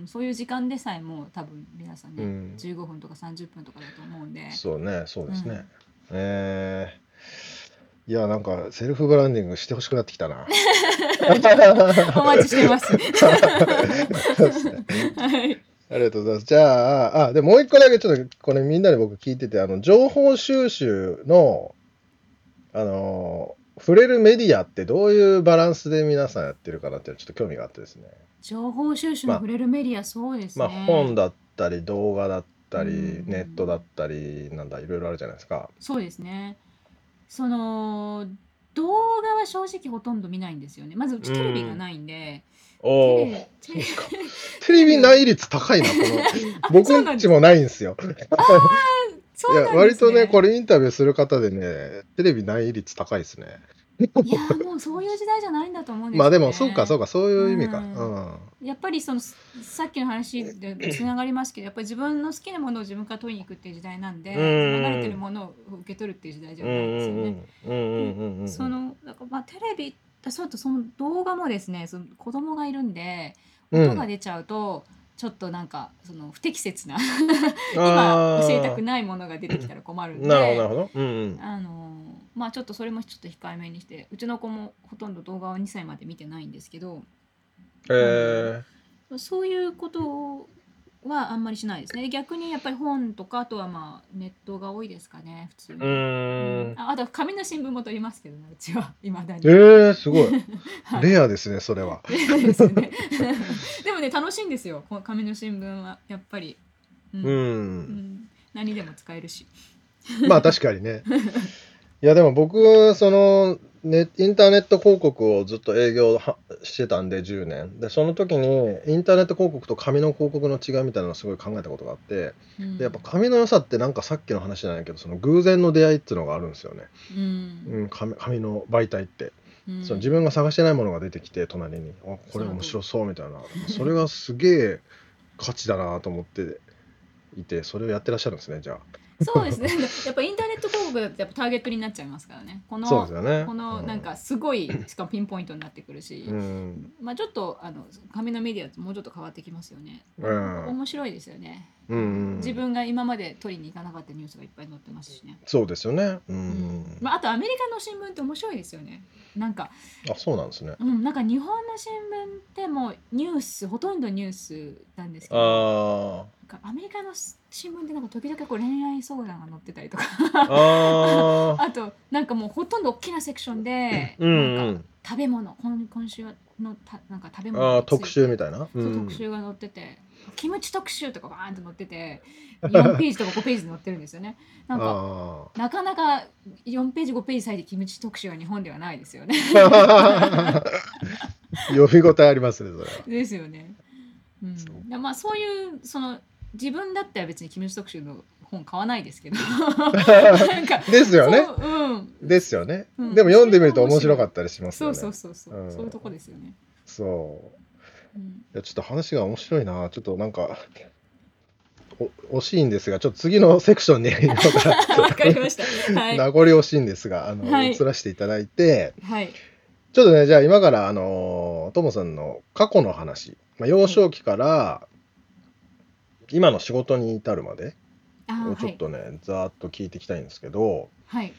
そういう時間でさえも多分皆さんね、 うんじゅうごふんとかさんじゅっぷんとかだと思うんで、 そうね、そうですね。 うんえー、いや、なんかセルフブランディングしてほしくなってきたな。 お待ちしてます。 そうですね。 はいありがとうございます。じゃあ、あ、でもう一個だけちょっとこれみんなで僕聞いてて、あの、情報収集の、あのー触れるメディアってどういうバランスで皆さんやってるかなっていうのちょっと興味があってですね。 情報収集の触れるメディア、そうですまあね。 本だったり動画だったり、 うんネットだったり、なんだ、いろいろあるじゃないですか。 そうですね。その動画は正直ほとんど見ないんですよね。まずうちテレビがないんで、 おーテレそうですか。テレビない率高いな、この。僕そうなんですんちもないんですよ。 そうなんですね。 いや、割とね、これインタビューする方でね、テレビない率高いですね。 いやーもうそういう時代じゃないんだと思うんですよね。 まあでも、そうか、そうか、そういう意味か。 うんうん。 やっぱりそのさっきの話でつながりますけど、やっぱり自分の好きなものを自分から取りに行くっていう時代なんで、 うん流れてるものを受け取るっていう時代じゃうんないですよね。 うんうんうんうんうん。 そのだからまあテレビだそうとその動画もですね、その子供がいるんでうん音が出ちゃうと、ちょっとなんかその不適切なあ今ー教えたくないものが出てきたら困るんで、 なるほど、なるほど。うんうん。 あのまあちょっとそれもちょっと控えめにして、うちの子もほとんど動画はにさいまで見てないんですけど、 えそういうことはあんまりしないですね。逆にやっぱり本とか、あとはまあネットが多いですかね、普通に。 ー、うーん。 ああと紙の新聞も取りますけどね、うちは未だに。 えー、すごい。 はいレアですね、それは。 ですよね。でもね、楽しいんですよ、この紙の新聞はやっぱり。うんう。 うんん何でも使えるし。 まあ確かにね。いやでも僕、その、ね、インターネット広告をずっと営業はしてたんでじゅうねん。で、その時にインターネット広告と紙の広告の違いみたいなのをすごい考えたことがあって、 うんでやっぱ紙の良さってなんかさっきの話じゃないけど、その偶然の出会いっていうのがあるんですよね。 うんうん、紙紙の媒体って。 うんその自分が探してないものが出てきて隣に、あ、これ面白そうみたいな、それがすげえ価値だなと思っていて、それをやってらっしゃるんですね、じゃあ。 そうですね。やっぱインターネット広告だとやっぱターゲットになっちゃいますからね。このそうですよね。 このなんかすごいしかもピンポイントになってくるし、 うん、 まあちょっとあの紙のメディアともうちょっと変わってきますよね。 うん面白いですよね。 うんうん自分が今まで取りに行かなかったニュースがいっぱい載ってますしね。 そうですよね。ううんん。 まあ、あとアメリカの新聞って面白いですよね。なんか、 あ、そうなんですね。 うん、なんか日本の新聞ってもうニュースほとんどニュースなんですけど、 あなんかアメリカの新聞ってなんか時々こう恋愛相談が載ってたりとかあ。ああとなんかもうほとんど大きなセクションで、 うんうんなんか食べ物今今週のたなんか食べあ。 物についてああ、特集みたいな。う。 そうん特集が載ってて、キムチ特集とかバーンと載っててよんページとかごページで載ってるんですよね。なんかあなかなかよんページごページ割いてキムチ特集は日本ではないですよね。 あ。呼び応えありますね、それは。 ですよね。うん、でまあそういうその自分だったら別にキムチ特集の本買わないですけどなんかですよね。 そう、うん、 ですよね。 うんでも読んでみると面白かったりしますよね。 そうそうそうそう、 うんそういうとこですよね。 そう。 うん、 いや、ちょっと話が面白いな。ちょっとなんか、お惜しいんですが、ちょっと次のセクションに今からわかりました。はい名残惜しいんですが、あの、 はい移らせていただいて、 はいちょっとね、じゃあ今から、あの、ともさんの過去の話、まあ、幼少期から今の仕事に至るまでをちょっあーはいとね、ざーっと聞いていきたいんですけど、 はい。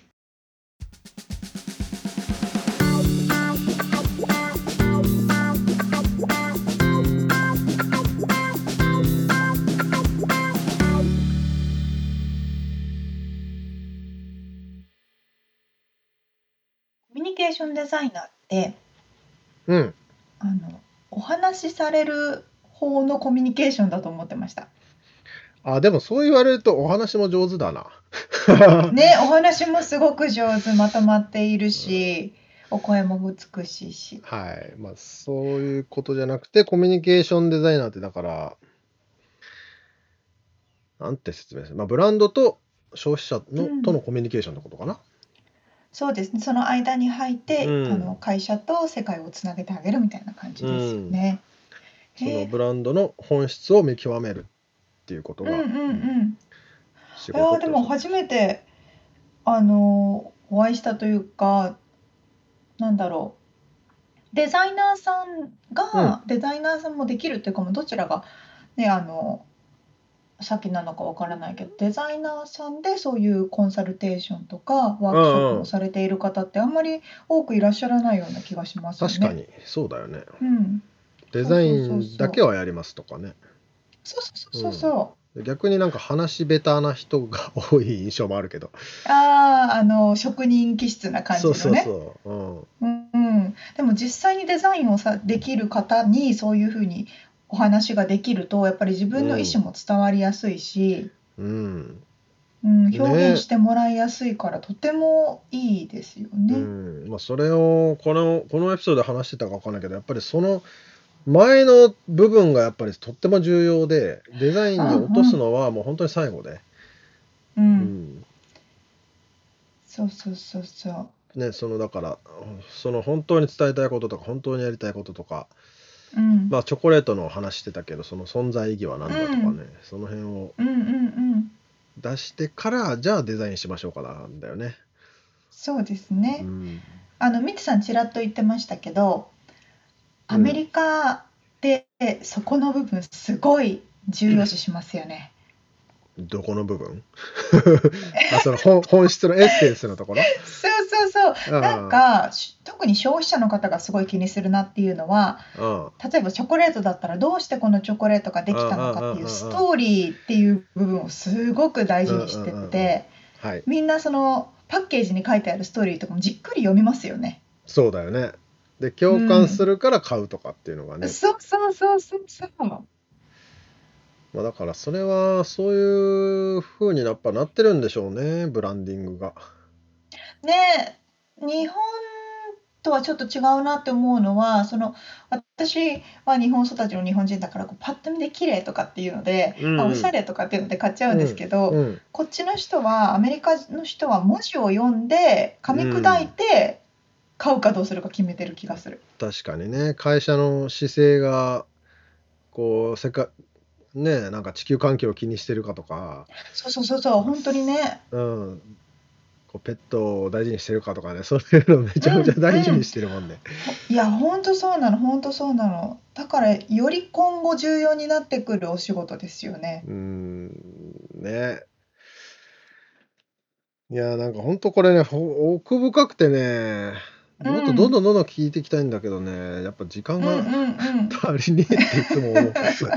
コミュニケーションデザイナーってうん。 あのお話しされる方のコミュニケーションだと思ってました。 あ、でもそう言われるとお話も上手だな。 ね、お話もすごく上手、まとまっているし、お声も美しいし。 はい。まあ、そういうことじゃなくて、コミュニケーションデザイナーってだから、なんて説明する、まあ、ブランドと消費者の、 うんとのコミュニケーションってことかな。 そうですね、その間に入って、 うんあの会社と世界をつなげてあげるみたいな感じですよね。 そのへえブランドの本質を見極めるっていうことがうんうんうん。 仕いやーでも事ってことです初めてあのお会いしたというか、なんだろう、デザイナーさんが、デザイナーさんもできるっていうか、もうどちらがね、あの先なのかわからないけどデザイナーさんでそういうコンサルテーションとかワうークショップんうん。 もされている方ってあんまり多くいらっしゃらないような気がしますよね。 確かに、そうだよね。 うん、 デザイそうそうそうンだけそう。 はやりますとかね。 そうそうそううん。 そで逆になんか話下手な人が多い印象もあるけど。 う。ああ、あの職人気質な感そうそうじのね。 そう。うん。 うんうん。でも実際にデザインをさできる方にそういうふうにお話ができるとやっぱり自分の意うん。 思も伝わりやすいし、 うん。 うん、 ね表現しえ。 てもらいやすいからとてもいいですようね。 ん。まあそれをこの、このエピソードで話してたかわかんないけど、やっぱりその前の部分がやっぱりとっても重要で、デザイうンに落とすんのはもう本当に最後で。 うん。ううん。 ん。 そうそうそうそう。 ね、そのだから、その本当に伝えたいこととか、本当にやりたいこととか、 うんまあチョコレートの話してたけど、その存在意義はう何だとかんね、その辺をうんうんうん。 出してから、じゃあデザインしましょうかなんだよね。 そうですうね。 ん。 あのミツさんちらっと言ってましたけど、 うん。 アメリカでそこの部分すごい重要視しますよね。 どこの部分あ、その本、本質のエッセンスのところ。 そうそうそう。なんあかし特に消費者の方がすごい気にするなっていうのは、 あ、ああ、 例えばチョコレートだったらどうしてこのチョコレートがでああ、 きたのああ、 かっていうスああ、 トーリーっていう部分をすごく大うんうん事にしてうんうん。 て、 はい。 みんなそのパッケージに書いてあるストーリーとかもじっくり読みますよね。 そうだよね。で、 う共感すん。 るから買うとかっていうのがね。 そうそうそうそうそう。 まあだからそれはそういう風にやっぱなってるんでしょうね、ブランディングが。 ねえ、日本とはちょっと違うなって思うのは、その私は日本育ちの日本人だからこうパッと見で綺麗とかっていうので、あ、おしゃうんれとかっていうので買っちゃうんですうん。 けど、 うん。 こっちの人はアメリカの人は文字を読んで噛うみ砕いん。 て買うかどうするか決めてる気がする。 確かにね、会社の姿勢が、こう、せか、ね、なんか地球環境を気にしてるかとか、 そうそうそうそう、 まあ、 本当にね。 うん、こうペットを大事にしてるかとかね、そういうのめちゃめちゃうん大事にうん。 してるもんね。 ほいや、本当そうなの、本当そうなの。だからより今後重要になってくるお仕事ですよね。 うーん、ね。いや、なんかほんとこれね、ほ奥深くてね、 うもっとどんどん。 んどんどん聞いていきたいんだけどね、やっぱ時間うんうんがうん。 足りねえっていつも思う。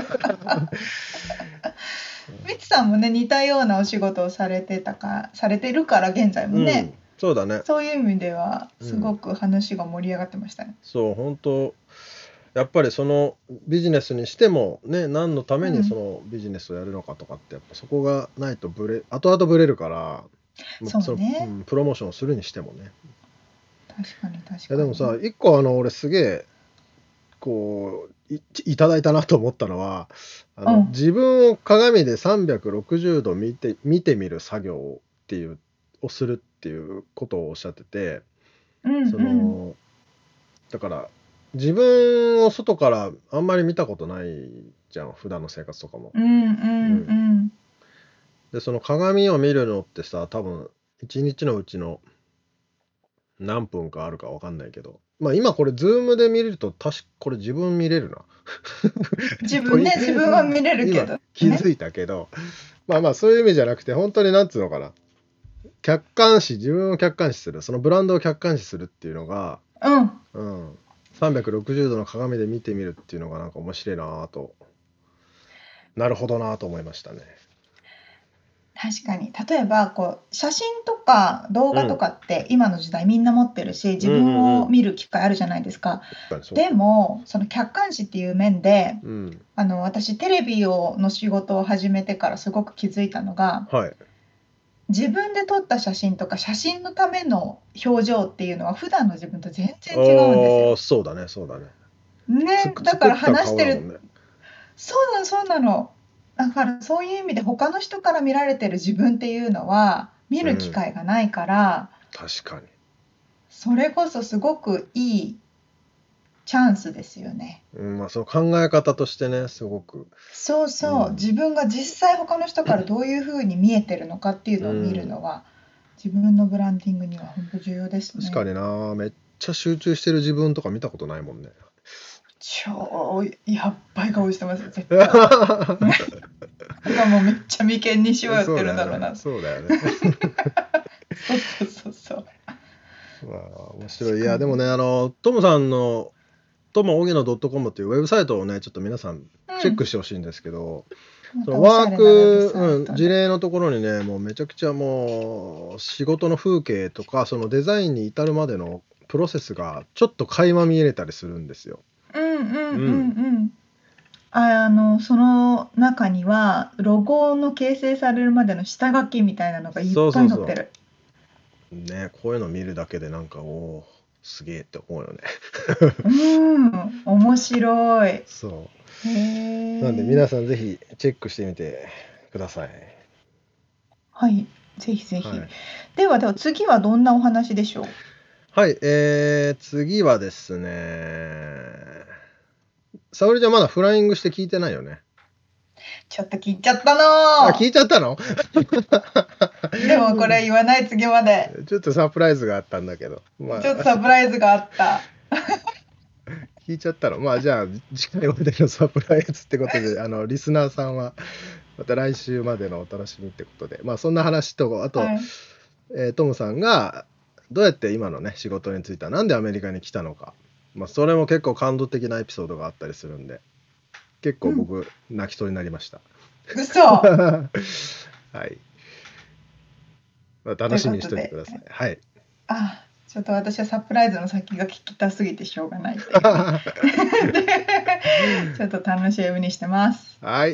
ミツさんもね、似たようなお仕事をされてたか、されてるから現在もね、 うん、そうだね。 そういう意味ではすごうん。 く話が盛り上がってましたね。 そう、本当やっぱりそのビジネスにしてもね、何のためにそうん。 のビジネスをやるのかとかって、やっぱそこがないとブレ後々ブレるから、もうそうその、うね。 ん、プロモーションをするにしてもね。 確かに確いやでもさ、 かに。 一個あの俺すげえこうい、いただいたなと思ったのは、あのうん。 自分を鏡でさんびゃくろくじゅうど見て見てみる作業っていうをするっていうことをおっしゃってて、 うんそうん。 のだから自分を外からあんまり見たことないじゃん、普段の生活とかも。 うんううん。 んで、その鏡を見るのってさ、多分いちにちのうちの何分かあるかわかんないけど、まあ今これズームで見れると確かこれ自分見れるな。とい自分ね、自分は見れるけ今どね。 気づいたけど、まあまあそういう意味じゃなくて、本当になんつうのかな。客観視、自分を客観視する、そのブランドを客観視するっていうのが、 うん。 うん、さんびゃくろくじゅうどの鏡で見てみるっていうのがなんか面白いなぁと、なるほどなぁと思いましたね。 確かに。例えば、こう、写真とか動画とうん。 かって今の時代みんな持ってるし、 うん自うんうん。 分を見る機会あるじゃないですか。 確かにそでも、その客観視っていう面で、 う。うん。 あの、私テレビをの仕事を始めてからすごく気づいたのが、 はい。 自分で撮った写真とか写真のための表情っていうのは普段の自分と全然違うんですああ、 よ。 そうだね、そうだね。つね、 くだから作った話してる、 顔だもんね。 そうなの、そうなの。だからそういう意味で他の人から見られてる自分っていうのは見る機うん。 会がないから、 確かに。 それこそすごくいいチャンスですよね。 うん、まあその考え方としてね、すごく。 そううそう、 ん。 自分が実際他の人からどういうふうに見えてるのかっていううのを見るん。 のは自分のブランディングには本当重要ですね。 確かにな、めっちゃ集中してる自分とか見たことないもんね。 超やっばい顔してますよ絶対。なんかもうめっちゃ眉間にしわ寄ってるんだろうな。 そうだよね。そうだよね。 そうそうそうそう。 まあ面白い。いやでもね、あのトムさんのトモオギノ .com っていうウェブサイトをねちょっと皆さんチェックしてほしいんですけど、そのワーク、うん、事例のところにねもうめちゃくちゃもう仕事の風景とかそのデザインに至るまでのプロセスがちょっと垣間見えれたりするんですよ。 うんうんうんうん。あのその中にはロゴの形成されるまでの下書きみたいなのがいっぱい載ってる。そうそうそうね、こういうの見るだけでなんかおーすげえって思うよね。 うん面白い。 そうへなんで皆さんぜひチェックしてみてください。 はいぜひぜひ、はい、ではでは次はどんなお話でしょう。 はい、えー、次はですね、沙織ちゃんまだフライングして聞いてないよね。 ちょっと聞いちゃったのあ、聞いちゃったのでもこれ言わない次まで。 ちょっとサプライズがあったんだけど、まあ、 ちょっとサプライズがあった聞いちゃったの。まあじゃあ次回までのサプライズってことであのリスナーさんはまた来週までのお楽しみってことで、まあそんな話とあと、はい、えー、トムさんがどうやって今のね仕事に就いた、なんでアメリカに来たのか、まあ、それも結構感動的なエピソードがあったりするんで結構僕、うん、泣きそうになりました。 嘘はい、まあ、楽しみにしておいてください。はい。 あ、ちょっと私はサプライズの先が聞きたすぎてしょうがないちょっと楽しみにしてます。 はい。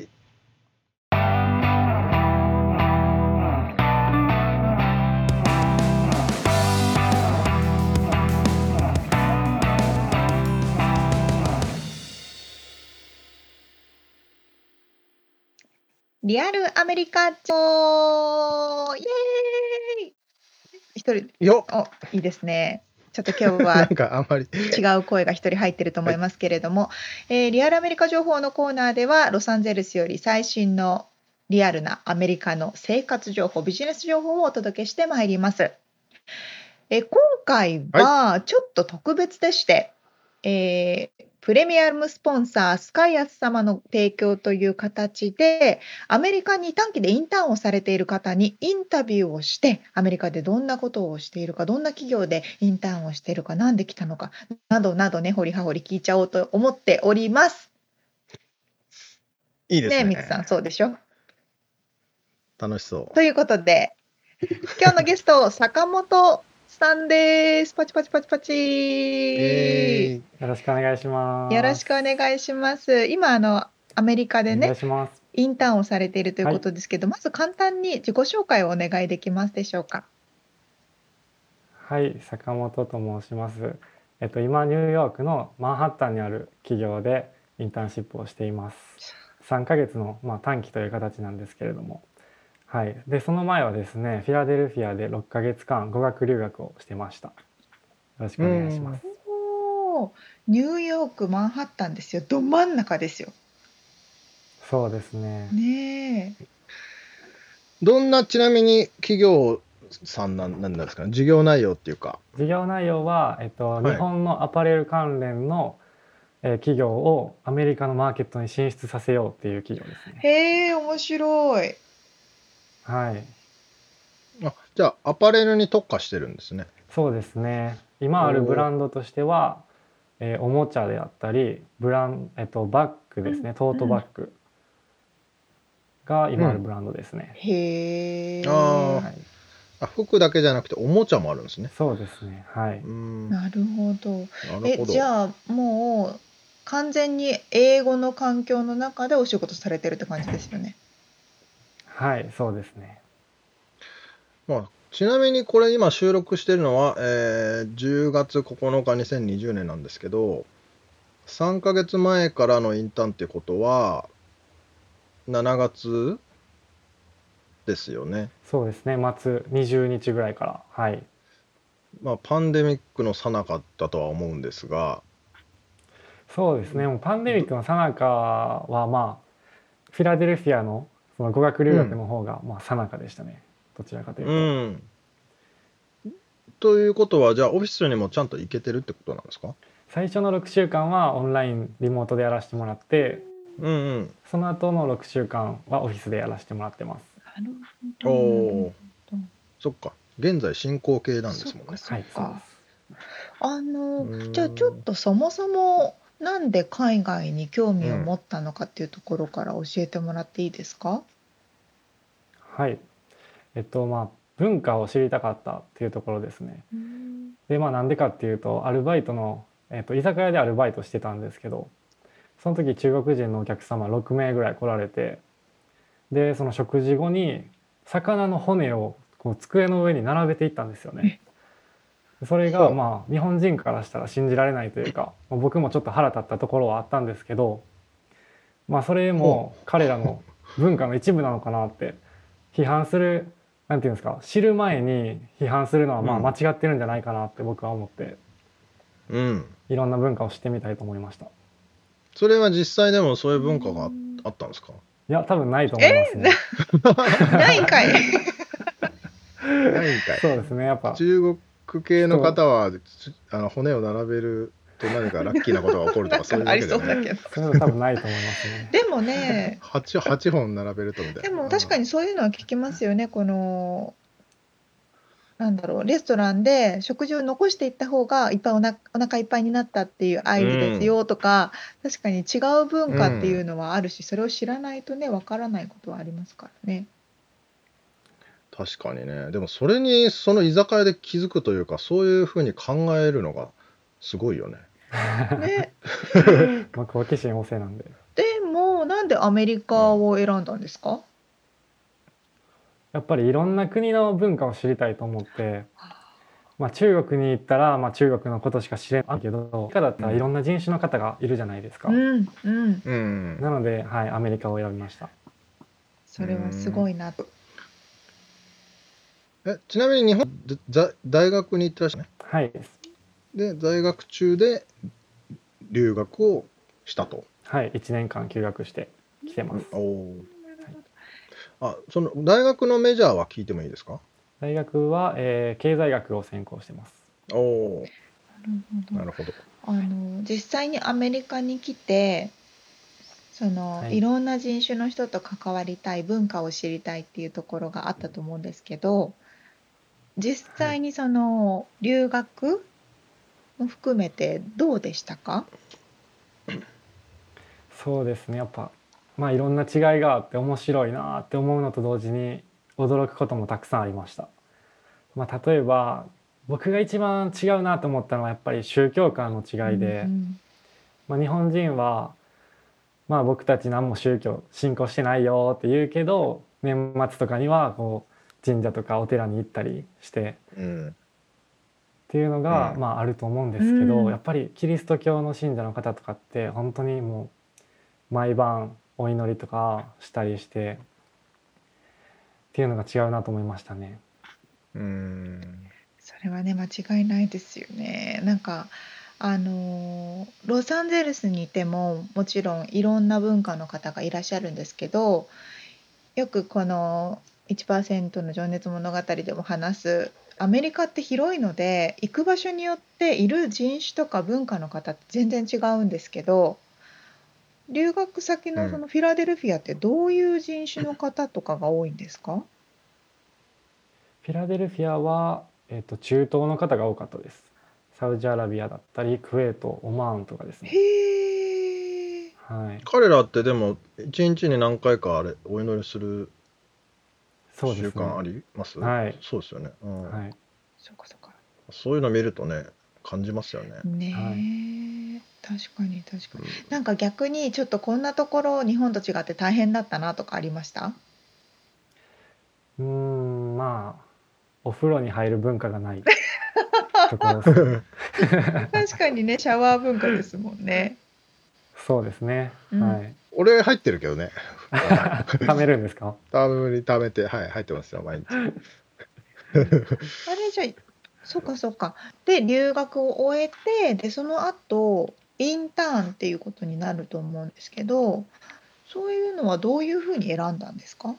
リアルアメリカ情イエーイ一人よおいいですね。ちょっと今日はなんかあんまり違う声が一人入ってると思いますけれども、はい、えー、リアルアメリカ情報のコーナーではロサンゼルスより最新のリアルなアメリカの生活情報、ビジネス情報をお届けしてまいります。えー、今回はちょっと特別でして、はい、えープレミアムスポンサースカイアス様の提供という形でアメリカに短期でインターンをされている方にインタビューをしてアメリカでどんなことをしているか、どんな企業でインターンをしているか、なんで来たのかなどなどね、掘り葉掘り聞いちゃおうと思っております。 いいですね。 ねえ、みつさんそうでしょ。 楽しそう。 ということで今日のゲスト坂本さんです。パチパチパチパチ、 えー、よろしくお願いします。 よろしくお願いします。今あのアメリカでねインターンをされているということですけど、はい、まず簡単に自己紹介をお願いできますでしょうか。 はい、坂本と申します。えっと今ニューヨークのマンハッタンにある企業でインターンシップをしています。さんかげつの、まあ、短期という形なんですけれども。はい、でその前はですねフィラデルフィアでろっかげつかん語学留学をしてました。よろしくお願いします。 おニューヨークマンハッタンですよ。ど真ん中ですよ。 そうですね。 ねえ。 どんなちなみに企業さんなんなんですかね、授業内容っていうか。 授業内容は、えっとはい、日本のアパレル関連の、えー、企業をアメリカのマーケットに進出させようっていう企業ですね。 へえ、面白い。 はい。 あ、じゃあアパレルに特化してるんですね。 そうですね。今あるブランドとしては、えー、おもちゃであったりブラン、えっと、バッグですね、トートバッグが今あるブランドですね。 うん、へえ。 あ、はい、あ、服だけじゃなくておもちゃもあるんですね。 そうですね。はい。 うん、なるほど。え、じゃあもう完全に英語の環境の中でお仕事されてるって感じですよね。 はい、そうですね。 まあ、ちなみにこれ今収録してるのは、えー、じゅうがつここのかにせんにじゅうねんなんですけど、さんかげつまえからのインターンってことはしちがつですよね。 そうですね、末にじゅうにちぐらいから。はい。 まあパンデミックの最中だとは思うんですが。 そうですね、もうパンデミックの最中はまあフィラデルフィアのその語学留学の方がまあ最中でしたね、どちらかというと。 うん、ということはじゃあオフィスにもちゃんと行けてるってことなんですか？ 最初のろくしゅうかんはオンラインリモートでやらせてもらって、 うんうん。 その後のろくしゅうかんはオフィスでやらせてもらってます。 なるおほど。 お、そっか。現在進行形なんですもんね。 そっかはい、そうです。 あのうーんじゃあちょっとそもそもなんで海外に興味をうん持ったのかっていうところから教えてもらっていいですか？ はい。えっとまあ文化を知りたかったっていうところですね。 うんでまあなんでかっていうとアルバイトの、えっと、居酒屋でアルバイトしてたんですけど、その時中国人のお客様ろくめいぐらい来られて、でその食事後に魚の骨をこう机の上に並べていったんですよね。それがほうまあ日本人からしたら信じられないというか、まあ僕もちょっと腹立ったところはあったんですけど、まあそれも彼らの文化の一部なのかなって批判する、なんていうんですか、知る前に批判するのはまあうん間違ってるんじゃないかなって僕は思って、 うん。 いろんな文化を知ってみたいと思いました。いそれは実際でもそういう文化がああったんですか？ や多分ないと思いますね。 ないんかい。 ないんかい。 そうですね、やっぱ中国系の方はつあの骨を並べると何かラッキーなことが起こるとかそういうありわけじゃない。 そうだけど。 そういうの多分ないと思いますね。 でもね、 八八本並べるとみたいな。 でも確かにそういうのは聞きますよね。このなんだろう、レストランで食事を残していった方がいっぱいおなお腹いっぱいになったっていう合図ですよとか、確かに違う文化っていうのはあるし、それを知らないとね、わからないことはありますからね。 確かにね。でもそれにその居酒屋で気づくというか、そういうふうに考えるのがすごいよね。 ね、 まあ好奇心旺盛なんで。 でもなんでアメリカを選んだんですか？ やっぱりいろんな国の文化を知りたいと思って、まあ、中国に行ったら、まあ、中国のことしか知れないけど、アメリカだったらいろんな人種の方がいるじゃないですか。 うんうん、 うん。 なので、はい、アメリカを選びました。 それはすごいなと。 えちなみに日本でざ大学に行ってらっしゃるね。 はい、 で在学中で留学をしたと。 はい、いちねんかん休学してきてます。 おお。あ、その大学のメジャーは聞いてもいいですか？ 大学は、えー経済学を専攻してます。 おお。 なるほど。 なるほど。 あの実際にアメリカに来て、その、 はいいろんな人種の人と関わりたい、文化を知りたいっていうところがあったと思うんですけど、実際にその留学も含めてどうでしたか？ そうですね、やっぱ、まあ、いろんな違いがあって面白いなって思うのと同時に驚くこともたくさんありました。まあ、例えば僕が一番違うなと思ったのはやっぱり宗教観の違いで、 うんまあ、日本人は、まあ、僕たち何も宗教信仰してないよって言うけど、年末とかにはこう神社とかお寺に行ったりしてうん。 っていうのが、 うんまあ、あると思うんですけど、 うんやっぱりキリスト教の信者の方とかって本当にもう毎晩お祈りとかしたりしてっていうのが違うなと思いましたね。 うん。 それはね、間違いないですよね。なんかあのロサンゼルスにいてももちろんいろんな文化の方がいらっしゃるんですけど、よくこのいちパーセントの情熱物語でも話す、アメリカって広いので行く場所によっている人種とか文化の方って全然違うんですけど、留学先のそのフィラデルフィアってどういう人種の方とかが多いんですか？ フィラデルフィアは、えっと、中東の方が多かったです。サウジアラビアだったりクウェート、オマーンとかですね。 へえ。 はい、 彼らってでも一日に何回かあれお祈りするそうですね。 習慣あります？ はいそうですよね、うんはい、 そうかそうか。 そういうの見るとね感じますよね。 ねえ、確かに確かに。なんか逆にちょっとこんなところ日本と違って大変だったなとかありました？ うーんまあお風呂に入る文化がないところですね。 確かにね、シャワー文化ですもんね。 そうですね、 うんはい俺入ってるけどね。 貯めるんですか？ たまに貯めてはい入ってますよ毎日。 あれじゃあ、そうかそうか。で、留学を終えて、で、その後、インターンっていうことになると思うんですけど、そういうのはどういうふうに選んだんですか？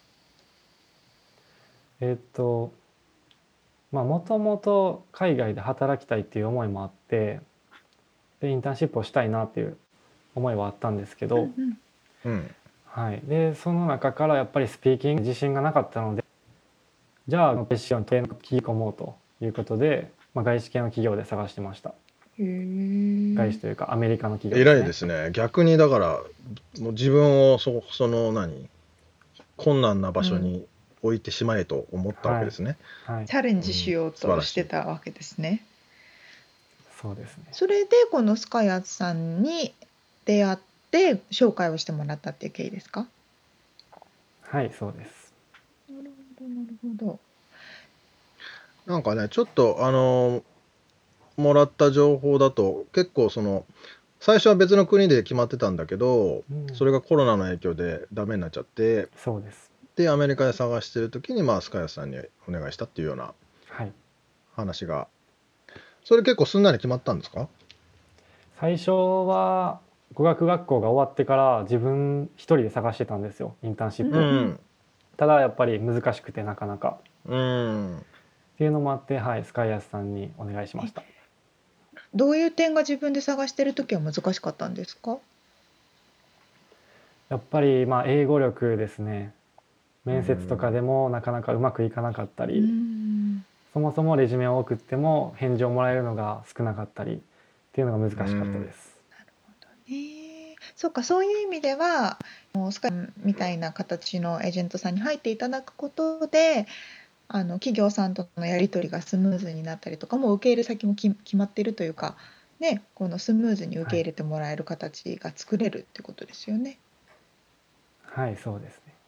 えっとまあもともと海外で働きたいっていう思いもあって、 でインターンシップをしたいなっていう思いはあったんですけど、 うんうんはい、でその中からやっぱりスピーキング自信がなかったので、じゃあ決勝に切り込もうということで、まあ、外資系の企業で探してました。 へー外資というかアメリカの企業ですね。 偉いですね。逆にだからもう自分をそその何困難な場所に置いてしまえと思ったわけですね。 はい、 チャレンジしよううん素晴らしいとしてたわけですね。 そうですね。 それでこのスカイアーツさんに出会って紹介をしてもらったっていう経緯ですか？ はいそうです。 なるほどなるほど。 なんかねちょっとあのもらった情報だと結構その最初は別の国で決まってたんだけど、 うんそれがコロナの影響でダメになっちゃって、 そうです。 でアメリカで探してる時にまあスカイアーツさんにお願いしたっていうようなはい、 話が、それ結構すんなり決まったんですか？ 最初は語学学校が終わってから自分一人で探してたんですよ、インターンシップを。 うんただやっぱり難しくてなかなかうんっていうのもあって、はい、スカイアーツさんにお願いしました。 どういう点が自分で探してる時は難しかったんですか？ やっぱりまあ英語力ですね。面接とかでもなかなかうまくいかなかったり、 うんそもそもレジュメを送っても返事をもらえるのが少なかったりっていうのが難しかったです。 へーそうか、そういう意味ではもうスカイみたいな形のエージェントさんに入っていただくことであの企業さんとのやり取りがスムーズになったりとかもう受け入れ先もき決まっているというか、ね、このスムーズに受け入れてもらえる形が作れるってことですよね。 はいそうですね。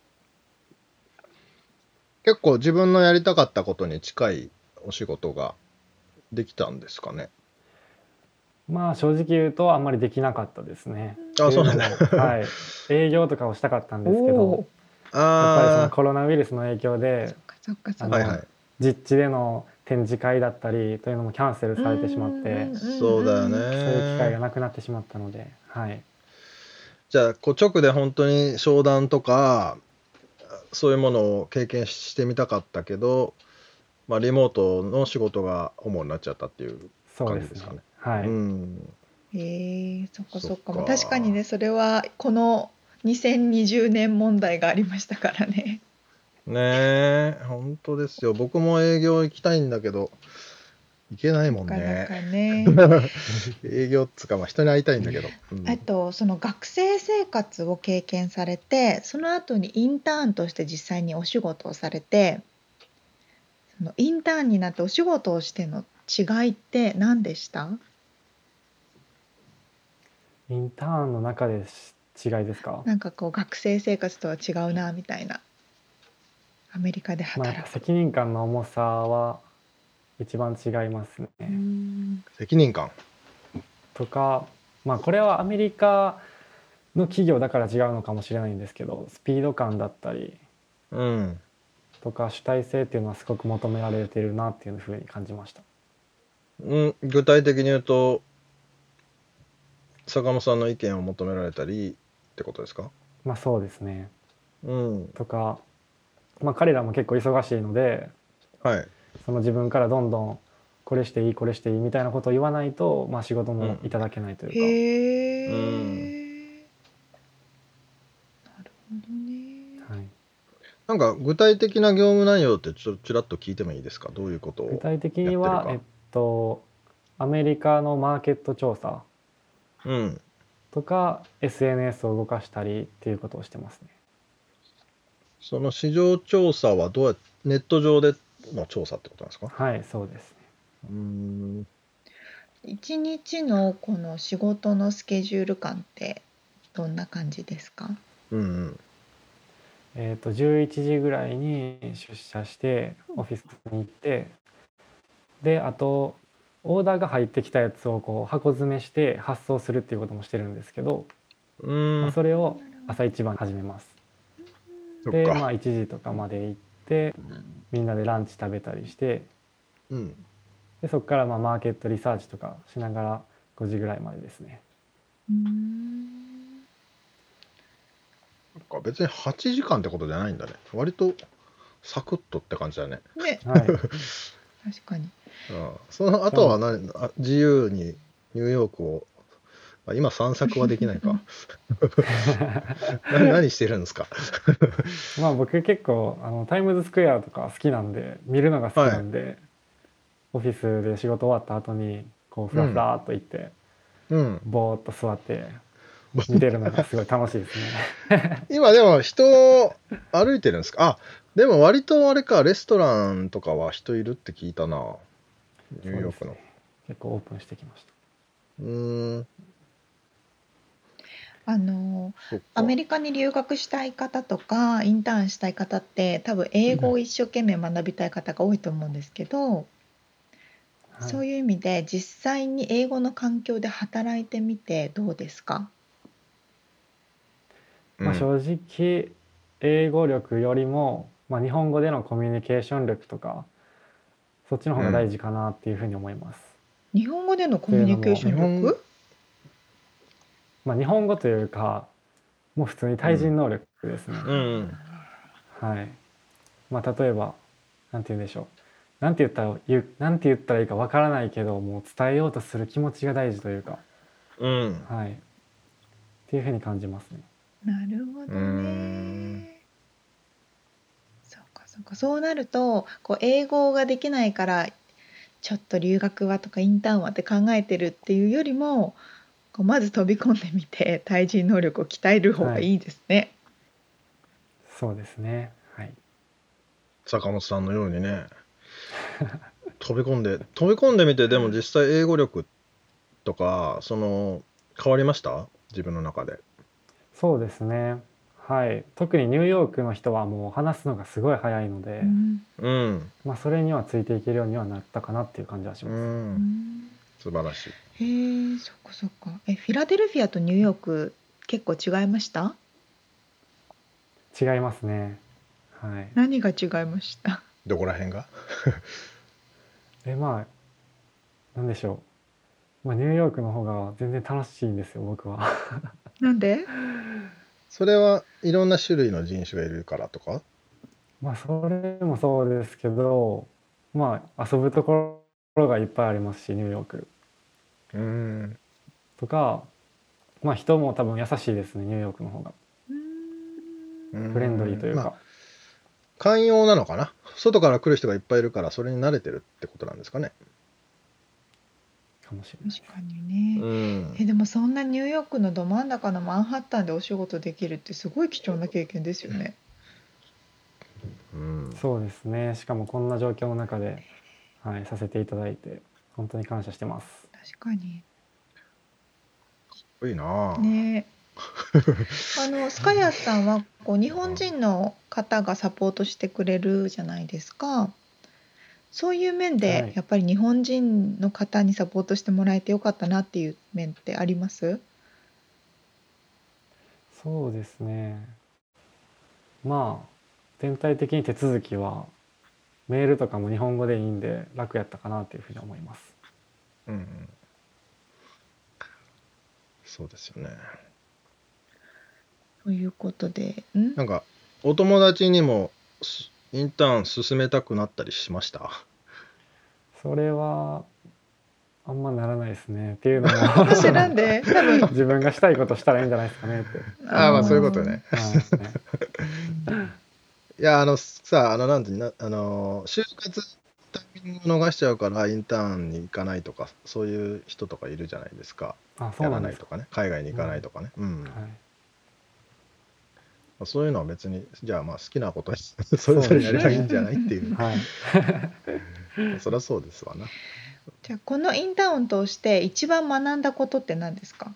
結構自分のやりたかったことに近いお仕事ができたんですかね？ まあ正直言うとあんまりできなかったですね。 あ、そうなんというのも、 だ。 はい、営業とかをしたかったんですけど、 おーやっぱりそのあコロナウイルスの影響でそっかそっかそあのっか。 はいはい実地での展示会だったりというのもキャンセルされてしまって、 うんそうだよね。 そういう機会がなくなってしまったので、はい、 じゃあこう直で本当に商談とかそういうものを経験してみたかったけど、まあ、リモートの仕事が主になっちゃったっていうそうですね。 感じですかね。 はい、 うんへえそっかそっか。 そっかまあ確かにねそれはこのにせんにじゅうねん問題がありましたからね。 ねえ本当ですよ。僕も営業行きたいんだけど行けないもんなかなね。 かね。 営業っつうか、まあ、人に会いたいんだけど、うんあとその学生生活を経験されてその後にインターンとして実際にお仕事をされてそのインターンになってお仕事をしての違いって何でした？ インターンの中でし違いですか？ なんかこう学生生活とは違うなみたいな。アメリカでまあ、やっぱ働く。 責任感の重さは一番違いますね。 うーん責任感。 とか、まあこれはアメリカの企業だから違うのかもしれないんですけど、スピード感だったりうんとか主体性っていうのはすごく求められているなっていうふうに感じました。 うん、具体的に言うと坂本さんの意見を求められたりってことですか？ まあそうですね。 うんとか、まあ彼らも結構忙しいので、 はいその自分からどんどんこれしていいこれしていいみたいなことを言わないと、まあ仕事もいただけないというか、 へえ、 うんなるほどね。 はい、 なんか具体的な業務内容ってちょっとちらっと聞いてもいいですか？どういうことを具体的やってるには、 か。 えっと、アメリカのマーケット調査うんとか エスエヌエス を動かしたりっていうことをしてますね。 その市場調査はどうやってネット上での調査ってことなんですか？ はいそうですね。 うーん一日のこの仕事のスケジュール感ってどんな感じですか？ うんうんえっとじゅういちじぐらいに出社してオフィスに行って、であとオーダーが入ってきたやつをこう箱詰めして発送するっていうこともしてるんですけど、 うーんまあ、それを朝一番に始めます。で、 そっか、 まあ、いちじとかまで行ってみんなでランチ食べたりして、 うんでそこからまあマーケットリサーチとかしながらごじぐらいまでですね。 うーんそっか別にはちじかんってことじゃないんだね。割とサクッとって感じだね。 ねはい確かに。 うん、その後は何あ自由にニューヨークをあ今散策はできないか。な何してるんですか。 まあ僕結構あのタイムズスクエアとか好きなんで見るのが好きなんで、オフィスで仕事終わった後にこうフラフラーっと行って、 うん。 ぼーっと座って見てるのがすごい楽しいですね。 今でも人歩いてるんですか。あ、でも割とあれか、レストランとかは人いるって聞いたな。ニューヨークの。 結構オープンしてきました。 うーん。 あのそっか。 アメリカに留学したい方とかインターンしたい方って多分英語を一生懸命学びたい方が多いと思うんですけど、 はいそういう意味で実際に英語の環境で働いてみてどうですか？ うんまあ正直英語力よりも、まあ、日本語でのコミュニケーション力とかそっちの方が大事かなっていうふうに思います。 日本語でのコミュニケーションというのも日力？ まあ、日本語というかもう普通に対人能力ですね。 うんうんはい。まあ例えばなんて言うんでしょう。なんて言ったら言うなんて言ったらいいかわからないけどもう伝えようとする気持ちが大事というか、 うんはい。っていうふうに感じますね。 なるほどうーんね。そうかそうか。そうなるとこう英語ができないからちょっと留学はとかインターンはって考えてるっていうよりもこうまず飛び込んでみて対人能力を鍛える方がいいですね。 そうですね。はい。 坂本さんのようにね、飛び込んで飛び込んでみて、でも実際英語力とかその変わりました？自分の中で。 そうですね。はい。特にニューヨークの人はもう話すのがすごい早いので、 うんうんまあそれにはついていけるようにはなったかなっていう感じはしうます。 うんん素晴らしい。 へえ、そっかそっか。え、フィラデルフィアとニューヨーク結構違いました？ 違いますね。はい。 何が違いました？ どこら辺が？ でまあなんでしょう。まあニューヨークの方が全然楽しいんですよ僕は。 なんで？ それはいろんな種類の人種がいるからとか？ まあそれもそうですけど、まあ遊ぶところがいっぱいありますしニューヨークうんとか、まあ人も多分優しいですねニューヨークの方が。 うーんフレンドリーというか。 まあ寛容なのかな。外から来る人がいっぱいいるからそれに慣れてるってことなんですかね。 かもしれない。 確かにうね。 んえ、でもそんなニューヨークのど真ん中のマンハッタンでお仕事できるってすごい貴重な経験ですよね。 うんそうですね。しかもこんな状況の中で、はい、させていただいて本当に感謝してます。 確かに。 いいなあ。 ねあのスカイアスさんはこう日本人の方がサポートしてくれるじゃないですか。そういう面はいでやっぱり日本人の方にサポートしてもらえてよかったなっていう面ってあります？ そうですね。まあ全体的に手続きはメールとかも日本語でいいんで楽やったかなというふうに思います。 うんうんそうですよね。 ということで、んなんかお友達にもすインターン進めたくなったりしました？ それはあんまならないですね。っていうのも私なんで多分自分がしたいことしたらいいんじゃないですかねって。 ああまあそういうことね。 はいねいやあのさあのなんてなあの就活タイミングを逃しちゃうからインターンに行かないとかそういう人とかいるじゃないですか。 あ、そやうなんですか。 らないとかね、海外に行かないとかね、うんはいそういうのは別にじゃあまあ好きなことそれぞれやればいいんじゃないっていうはい。 そりゃそうですわな。 じゃあこのインターンを通して一番学んだことって何ですか？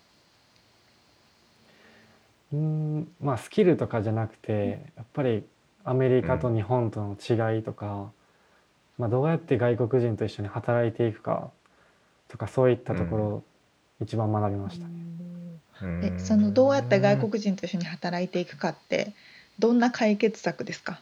うーん、まあスキルとかじゃなくて、やっぱりアメリカと日本との違いとか、まあどうやって外国人と一緒に働いていくかとかそういったところを一番学びましたね。 え、そのどうやって外国人と一緒に働いていくかってどんな解決策ですか？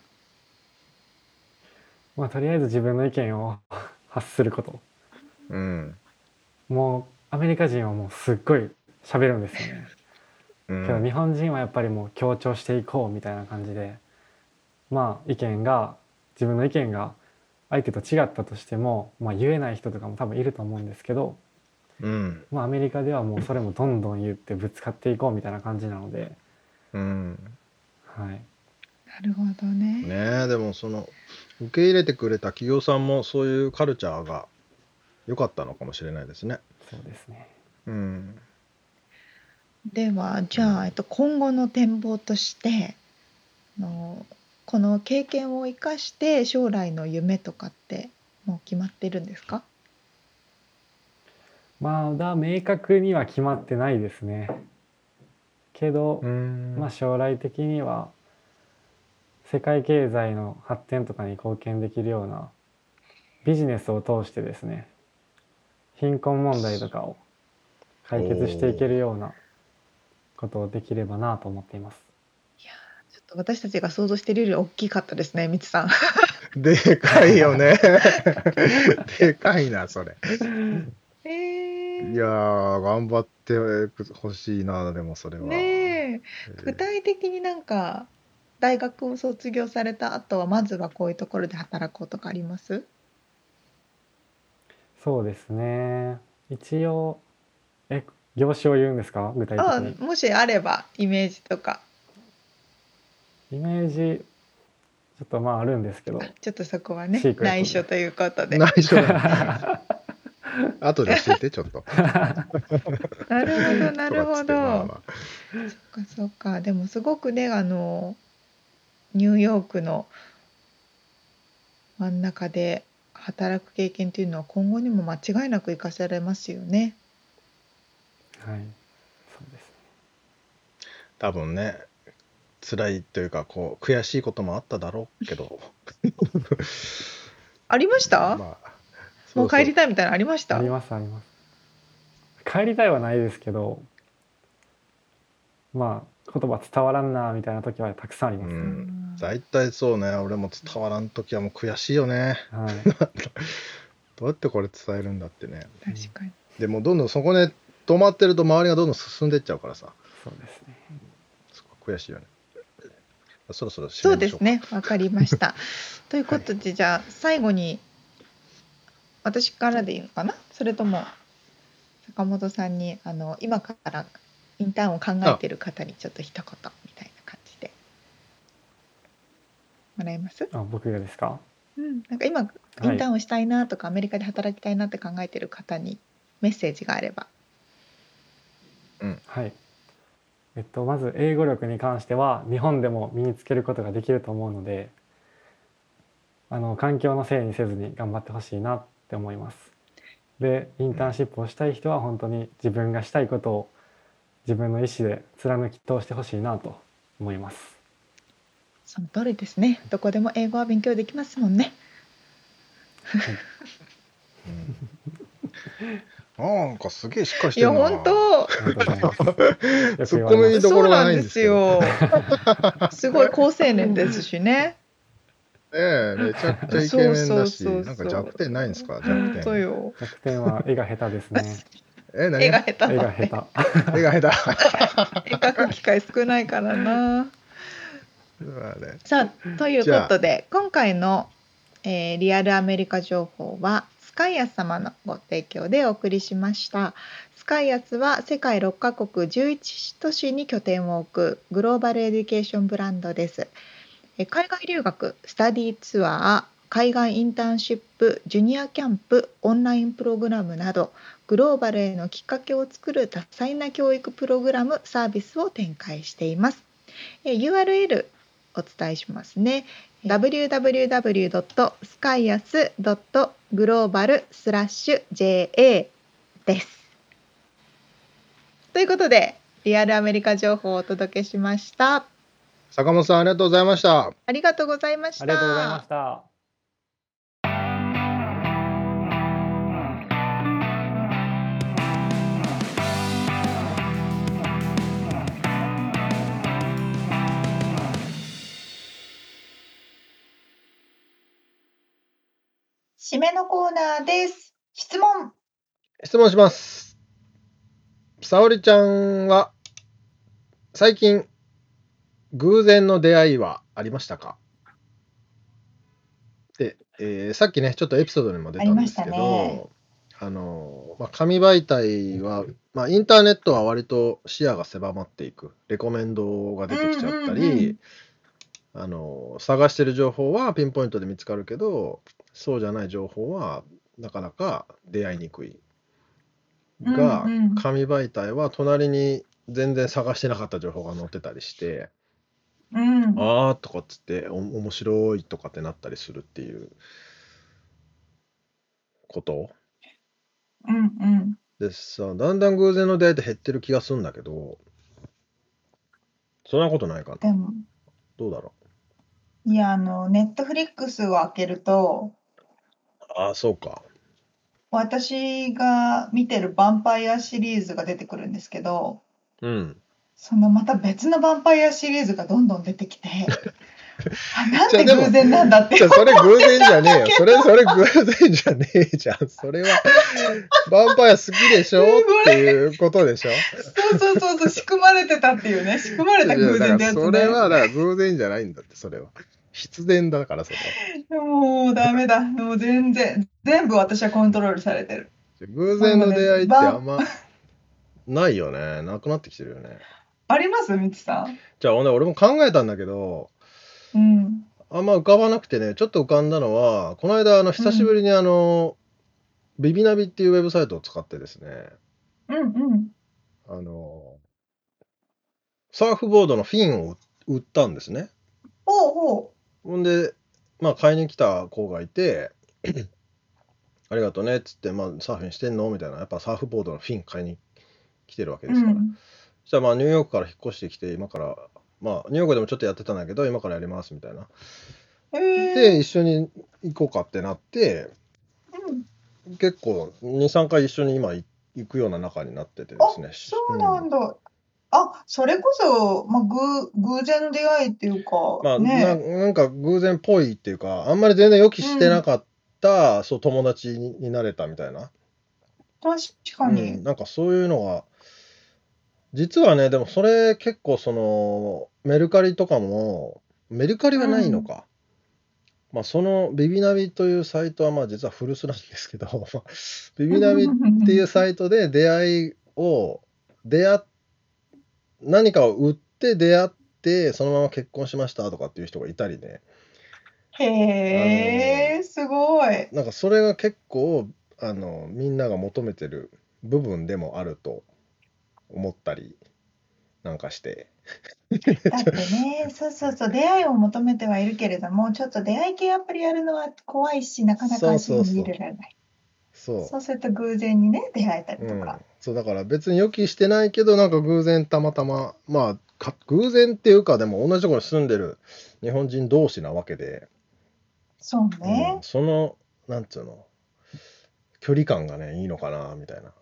まあとりあえず自分の意見を発すること。 うんもうアメリカ人はもうすっごい喋るんですよね。 うんけど日本人はやっぱりもう強調していこうみたいな感じで、まあ意見が自分の意見が相手と違ったとしても、まあ、言えない人とかも多分いると思うんですけど、 うんまあ、アメリカではもうそれもどんどん言ってぶつかっていこうみたいな感じなので、 うんはい、 なるほどね。 ねえでもその受け入れてくれた企業さんもそういうカルチャーが良かったのかもしれないですね。 そうですね。 うんではじゃあ、えっと、今後の展望としてあのこの経験を生かして将来の夢とかってもう決まってるんですか？ まだ明確には決まってないですね。けど、 うんまあ、将来的には世界経済の発展とかに貢献できるようなビジネスを通してですね、貧困問題とかを解決していけるようなことをできればなと思っています。 いやーちょっと私たちが想像してるより大きかったですね、みつさん。 でかいよねでかいなそれ。 えー、 いやー頑張ってほしいな。でもそれはねえ、具え体的になんか大学を卒業された後はまずはこういうところで働こうとかあります？ そうですね。一応、え、業種を言うんですか？具体的あ、 に。 もしあればイメージとか。 イメージ、ちょっとまああるんですけど、 あ、ちょっとそこはねシークレットで内緒ということで。 内緒だ後で教えてちょっとなるほどなるほとかっつってまあど。 まあそっかそっか。でもすごくね、あのニューヨークの真ん中で働く経験というのは今後にも間違いなく生かされますよね。 はい、そうですね。 多分ね辛いというかこう悔しいこともあっただろうけどありました？ まあもう帰りたたいみたいなのありました？ ありますあります。帰りたいはないですけど、まあ言葉伝わらんなみたいな時はたくさんありますね。 うん大体そうね。俺も伝わらん時はもう悔しいよね。 はい。 どうやってこれ伝えるんだってね。 確かに。 でもどんどんそこで止まってると周りがどんどん進んでっちゃうからさ、 そうですね。 そこ悔しいよね。そろそろ締そうめましょうか。 ですね、わかりました。ということで、じゃあ最後に私からでいいのかな、それとも坂本さんにあの今からインターンを考えている方にちょっと一言みたいな感じでもらえます？ あ、僕がですか？ うん、なんか今インターンをしたいなとか、アメリカで働きたいなって考えている方にメッセージがあれば。 はい。えっと、まず英語力に関しては日本でも身につけることができると思うので、あの環境のせいにせずに頑張ってほしいなって思います。で、インターンシップをしたい人は本当に自分がしたいことを自分の意思で貫き通してほしいなと思います。 その通りですね。どこでも英語は勉強できますもんね。 なんかすげえしっかりしいやてるな。 本当。 ありがとうございます。よくツッ言われます。 コミどころがないんですすけど。 よ。すごい好青年ですしね。 ねえ、めちゃくちゃイケメンだし、 そうそうそうそうなんか弱点ないんですか？弱本当点。 よ。 弱点は絵が下手ですね。 え、何絵が下手絵がだって。 下絵が下手。 絵描く機会少ないからな。 まあね、 さあということで今回の、えーリアルアメリカ情報はスカイアス様のご提供でお送りしました。スカイアスは世界ろっカ国じゅういち都市に拠点を置くグローバルエデュケーションブランドです。えー海外留学、スタディツアー、海外インターンシップ、ジュニアキャンプ、オンラインプログラムなどグローバルへのきっかけを作る多彩な教育プログラムサービスを展開しています。えー ユーアールエル お伝えしますね。ダブリューダブリューダブリュードットスカイアスドットグローバルスラッシュジェーエー です。ということでリアルアメリカ情報をお届けしました。 坂本さんありがとうございました。 ありがとうございました。 ありがとうございました。 締めのコーナーです。質問。 質問します。沙織ちゃんは最近偶然の出会いはありましたか？で、えーさっきねちょっとエピソードにも出たんですけありましたね。 ど、 あの、まあ、紙媒体は、まあ、インターネットは割と視野が狭まっていく。レコメンドが出てきちゃったり、 うんうんうんあの、探してる情報はピンポイントで見つかるけど、そうじゃない情報はなかなか出会いにくい。が、 うんうん紙媒体は隣に全然探してなかった情報が載ってたりして、 うんあーとかっつってお面白いとかってなったりするっていうことうんうんでさ、だんだん偶然の出会いって減ってる気がするんだけど、そんなことないかな。 でもどうだろいやあのネットフリックスを開けるとう。ああ、そうか。 私が見てるヴァンパイアシリーズが出てくるんですけど、 うん。 そのまた別のヴァンパイアシリーズがどんどん出てきてあなんてじゃあでも偶然なんだってじゃあそれ偶然じゃねえよ。それ、それ偶然じゃねえじゃん。それは、ヴァンパイア好きでしょっていうことでしょ。 そうそうそうそう仕組まれてたっていうね仕組まれた偶然ってやつそれね。 は、だから偶然じゃないんだって、それは。必然だから、それは。 もうダメだもう全然全部私はコントロールされてる。 偶然の出会いってもうねあんまないよね。なくなってきてるよね。 ありますみつさん。 じゃあ、俺も考えたんだけど、 うんあんま浮かばなくてね、ちょっと浮かんだのは、この間、あの、久しぶりにあの、ビビナビっていうウェブサイトを使ってですね、 うんうんあの、サーフボードのフィンを売ったんですね。 ほうほほんで、まあ、買いに来た子がいて、ありがとうねっつって、まあ、サーフィンしてんのみたいな、やっぱサーフボードのフィン買いに来てるわけう。 ですから。 うんそしたら、まあ、ニューヨークから引っ越してきて、今から、まあ、ニューヨークでもちょっとやってたんだけど、今からやりますみたいな。 へで、 え一緒に行こうかってなって、 うん結構、に、さんかい一緒に今行くような仲になっててであすね。 そうなんだ。あそれこそ、まあ、ぐ偶然の出会いっていうかまあ、な、 ね。 なんか偶然っぽいっていうか、あんまり全然予期してなかった、そう、友達にになれたみたいな。 確かうん、 に。 なんかそういうのが、実はね、でもそれ結構その、メルカリとかも、メルカリはないのか。まあそのビビナビというサイトはまあ実は古巣なんですけど、まあビビナビっていうサイトで出会いを、出会っ、何かを売って出会って、そのまま結婚しましたとかっていう人がいたりね。 へえ、すごい。 なんかそれが結構、あの、みんなが求めてる部分でもあると思ったりなんかして。 だってね、そうそうそう、出会いを求めてはいるけれども、ちょっと出会い系アプリやるのは怖いし、なかなか足を踏み入れられない。 そそうすると偶然にね、出会えたりう。うんとか。。 そう、だから別に予期してないけど、なんか偶然たまたま、まあ、か偶然っていうか、でも同じところに住んでる日本人同士なわけで、 そううん、 ね。 その、なんつうの、距離感がね、いいのかな、みたいな。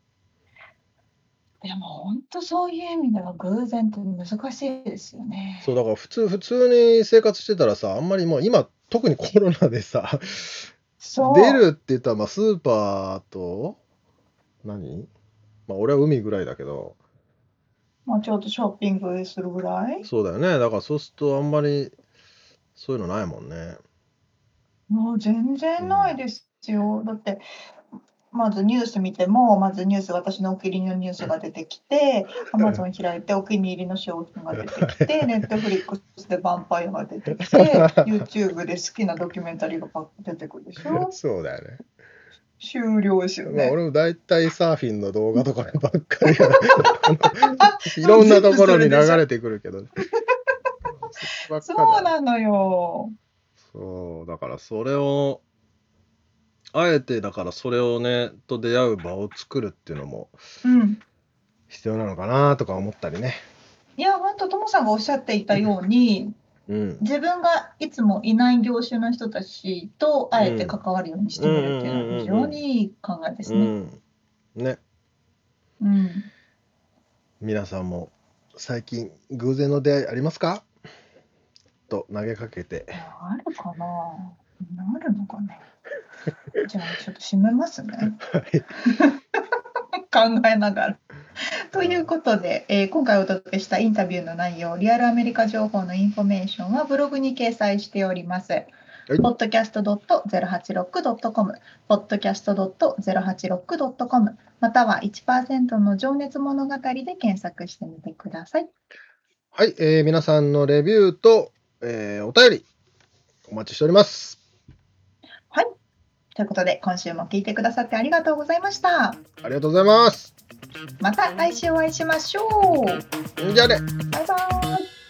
でも本当そういう意味では偶然って難しいですよね。 そう、だから普通、普通に生活してたらさ、あんまりもう今、特にコロナでさ、 そう。 出るって言ったら、まあ、スーパーと、何まあ、俺は海ぐらいだけど、 もうちょっとショッピングするぐらい。 そうだよね。だからそうすると、あんまり、そういうのないもんね。 もう全然ないですよ。だってまずニュース見ても、まずニュース、私のお気に入りのニュースが出てきて、アマゾン開いてお気に入りの商品が出てきて、ネットフリックスでヴァンパイアが出てきて、YouTube で好きなドキュメンタリーがパッと出てくるでしょ。 そうだよね。 終了ですよまあ、 ね。 俺も大体サーフィンの動画とかばっかりがいろんなところに流れてくるけど、ね、そそうなのよ。 そう、だからそれを、あえてだからそれをね、と出会う場を作るっていうのもうん。 必要なのかなとか思ったりね。 いや、本当、ともさんがおっしゃっていたように、 うん、 自分がいつもいない業種の人たちとあえて関わるようにしてみるっていうのは非常にいい考えですね。 うんね。 うん。 皆さんも最近偶然の出会いありますかと投げかけて。 あるかな。なるのかね。じゃあちょっと締めますね。考えながら。ということで、えー今回お届けしたインタビューの内容、リアルアメリカ情報のインフォメーションはブログに掲載しております。 はい、 ポッドキャストドットゼロはちろくドットコム、ポッドキャストドットゼロはちろくドットコム、または いちパーセント の情熱物語で検索してみてください。 はい、えー、皆さんのレビューと、えー、お便りお待ちしております。 はい。ということで、今週も聞いてくださってありがとうございました。 ありがとうございます。 また来週お会いしましょう。 じゃあね。 バイバーイ。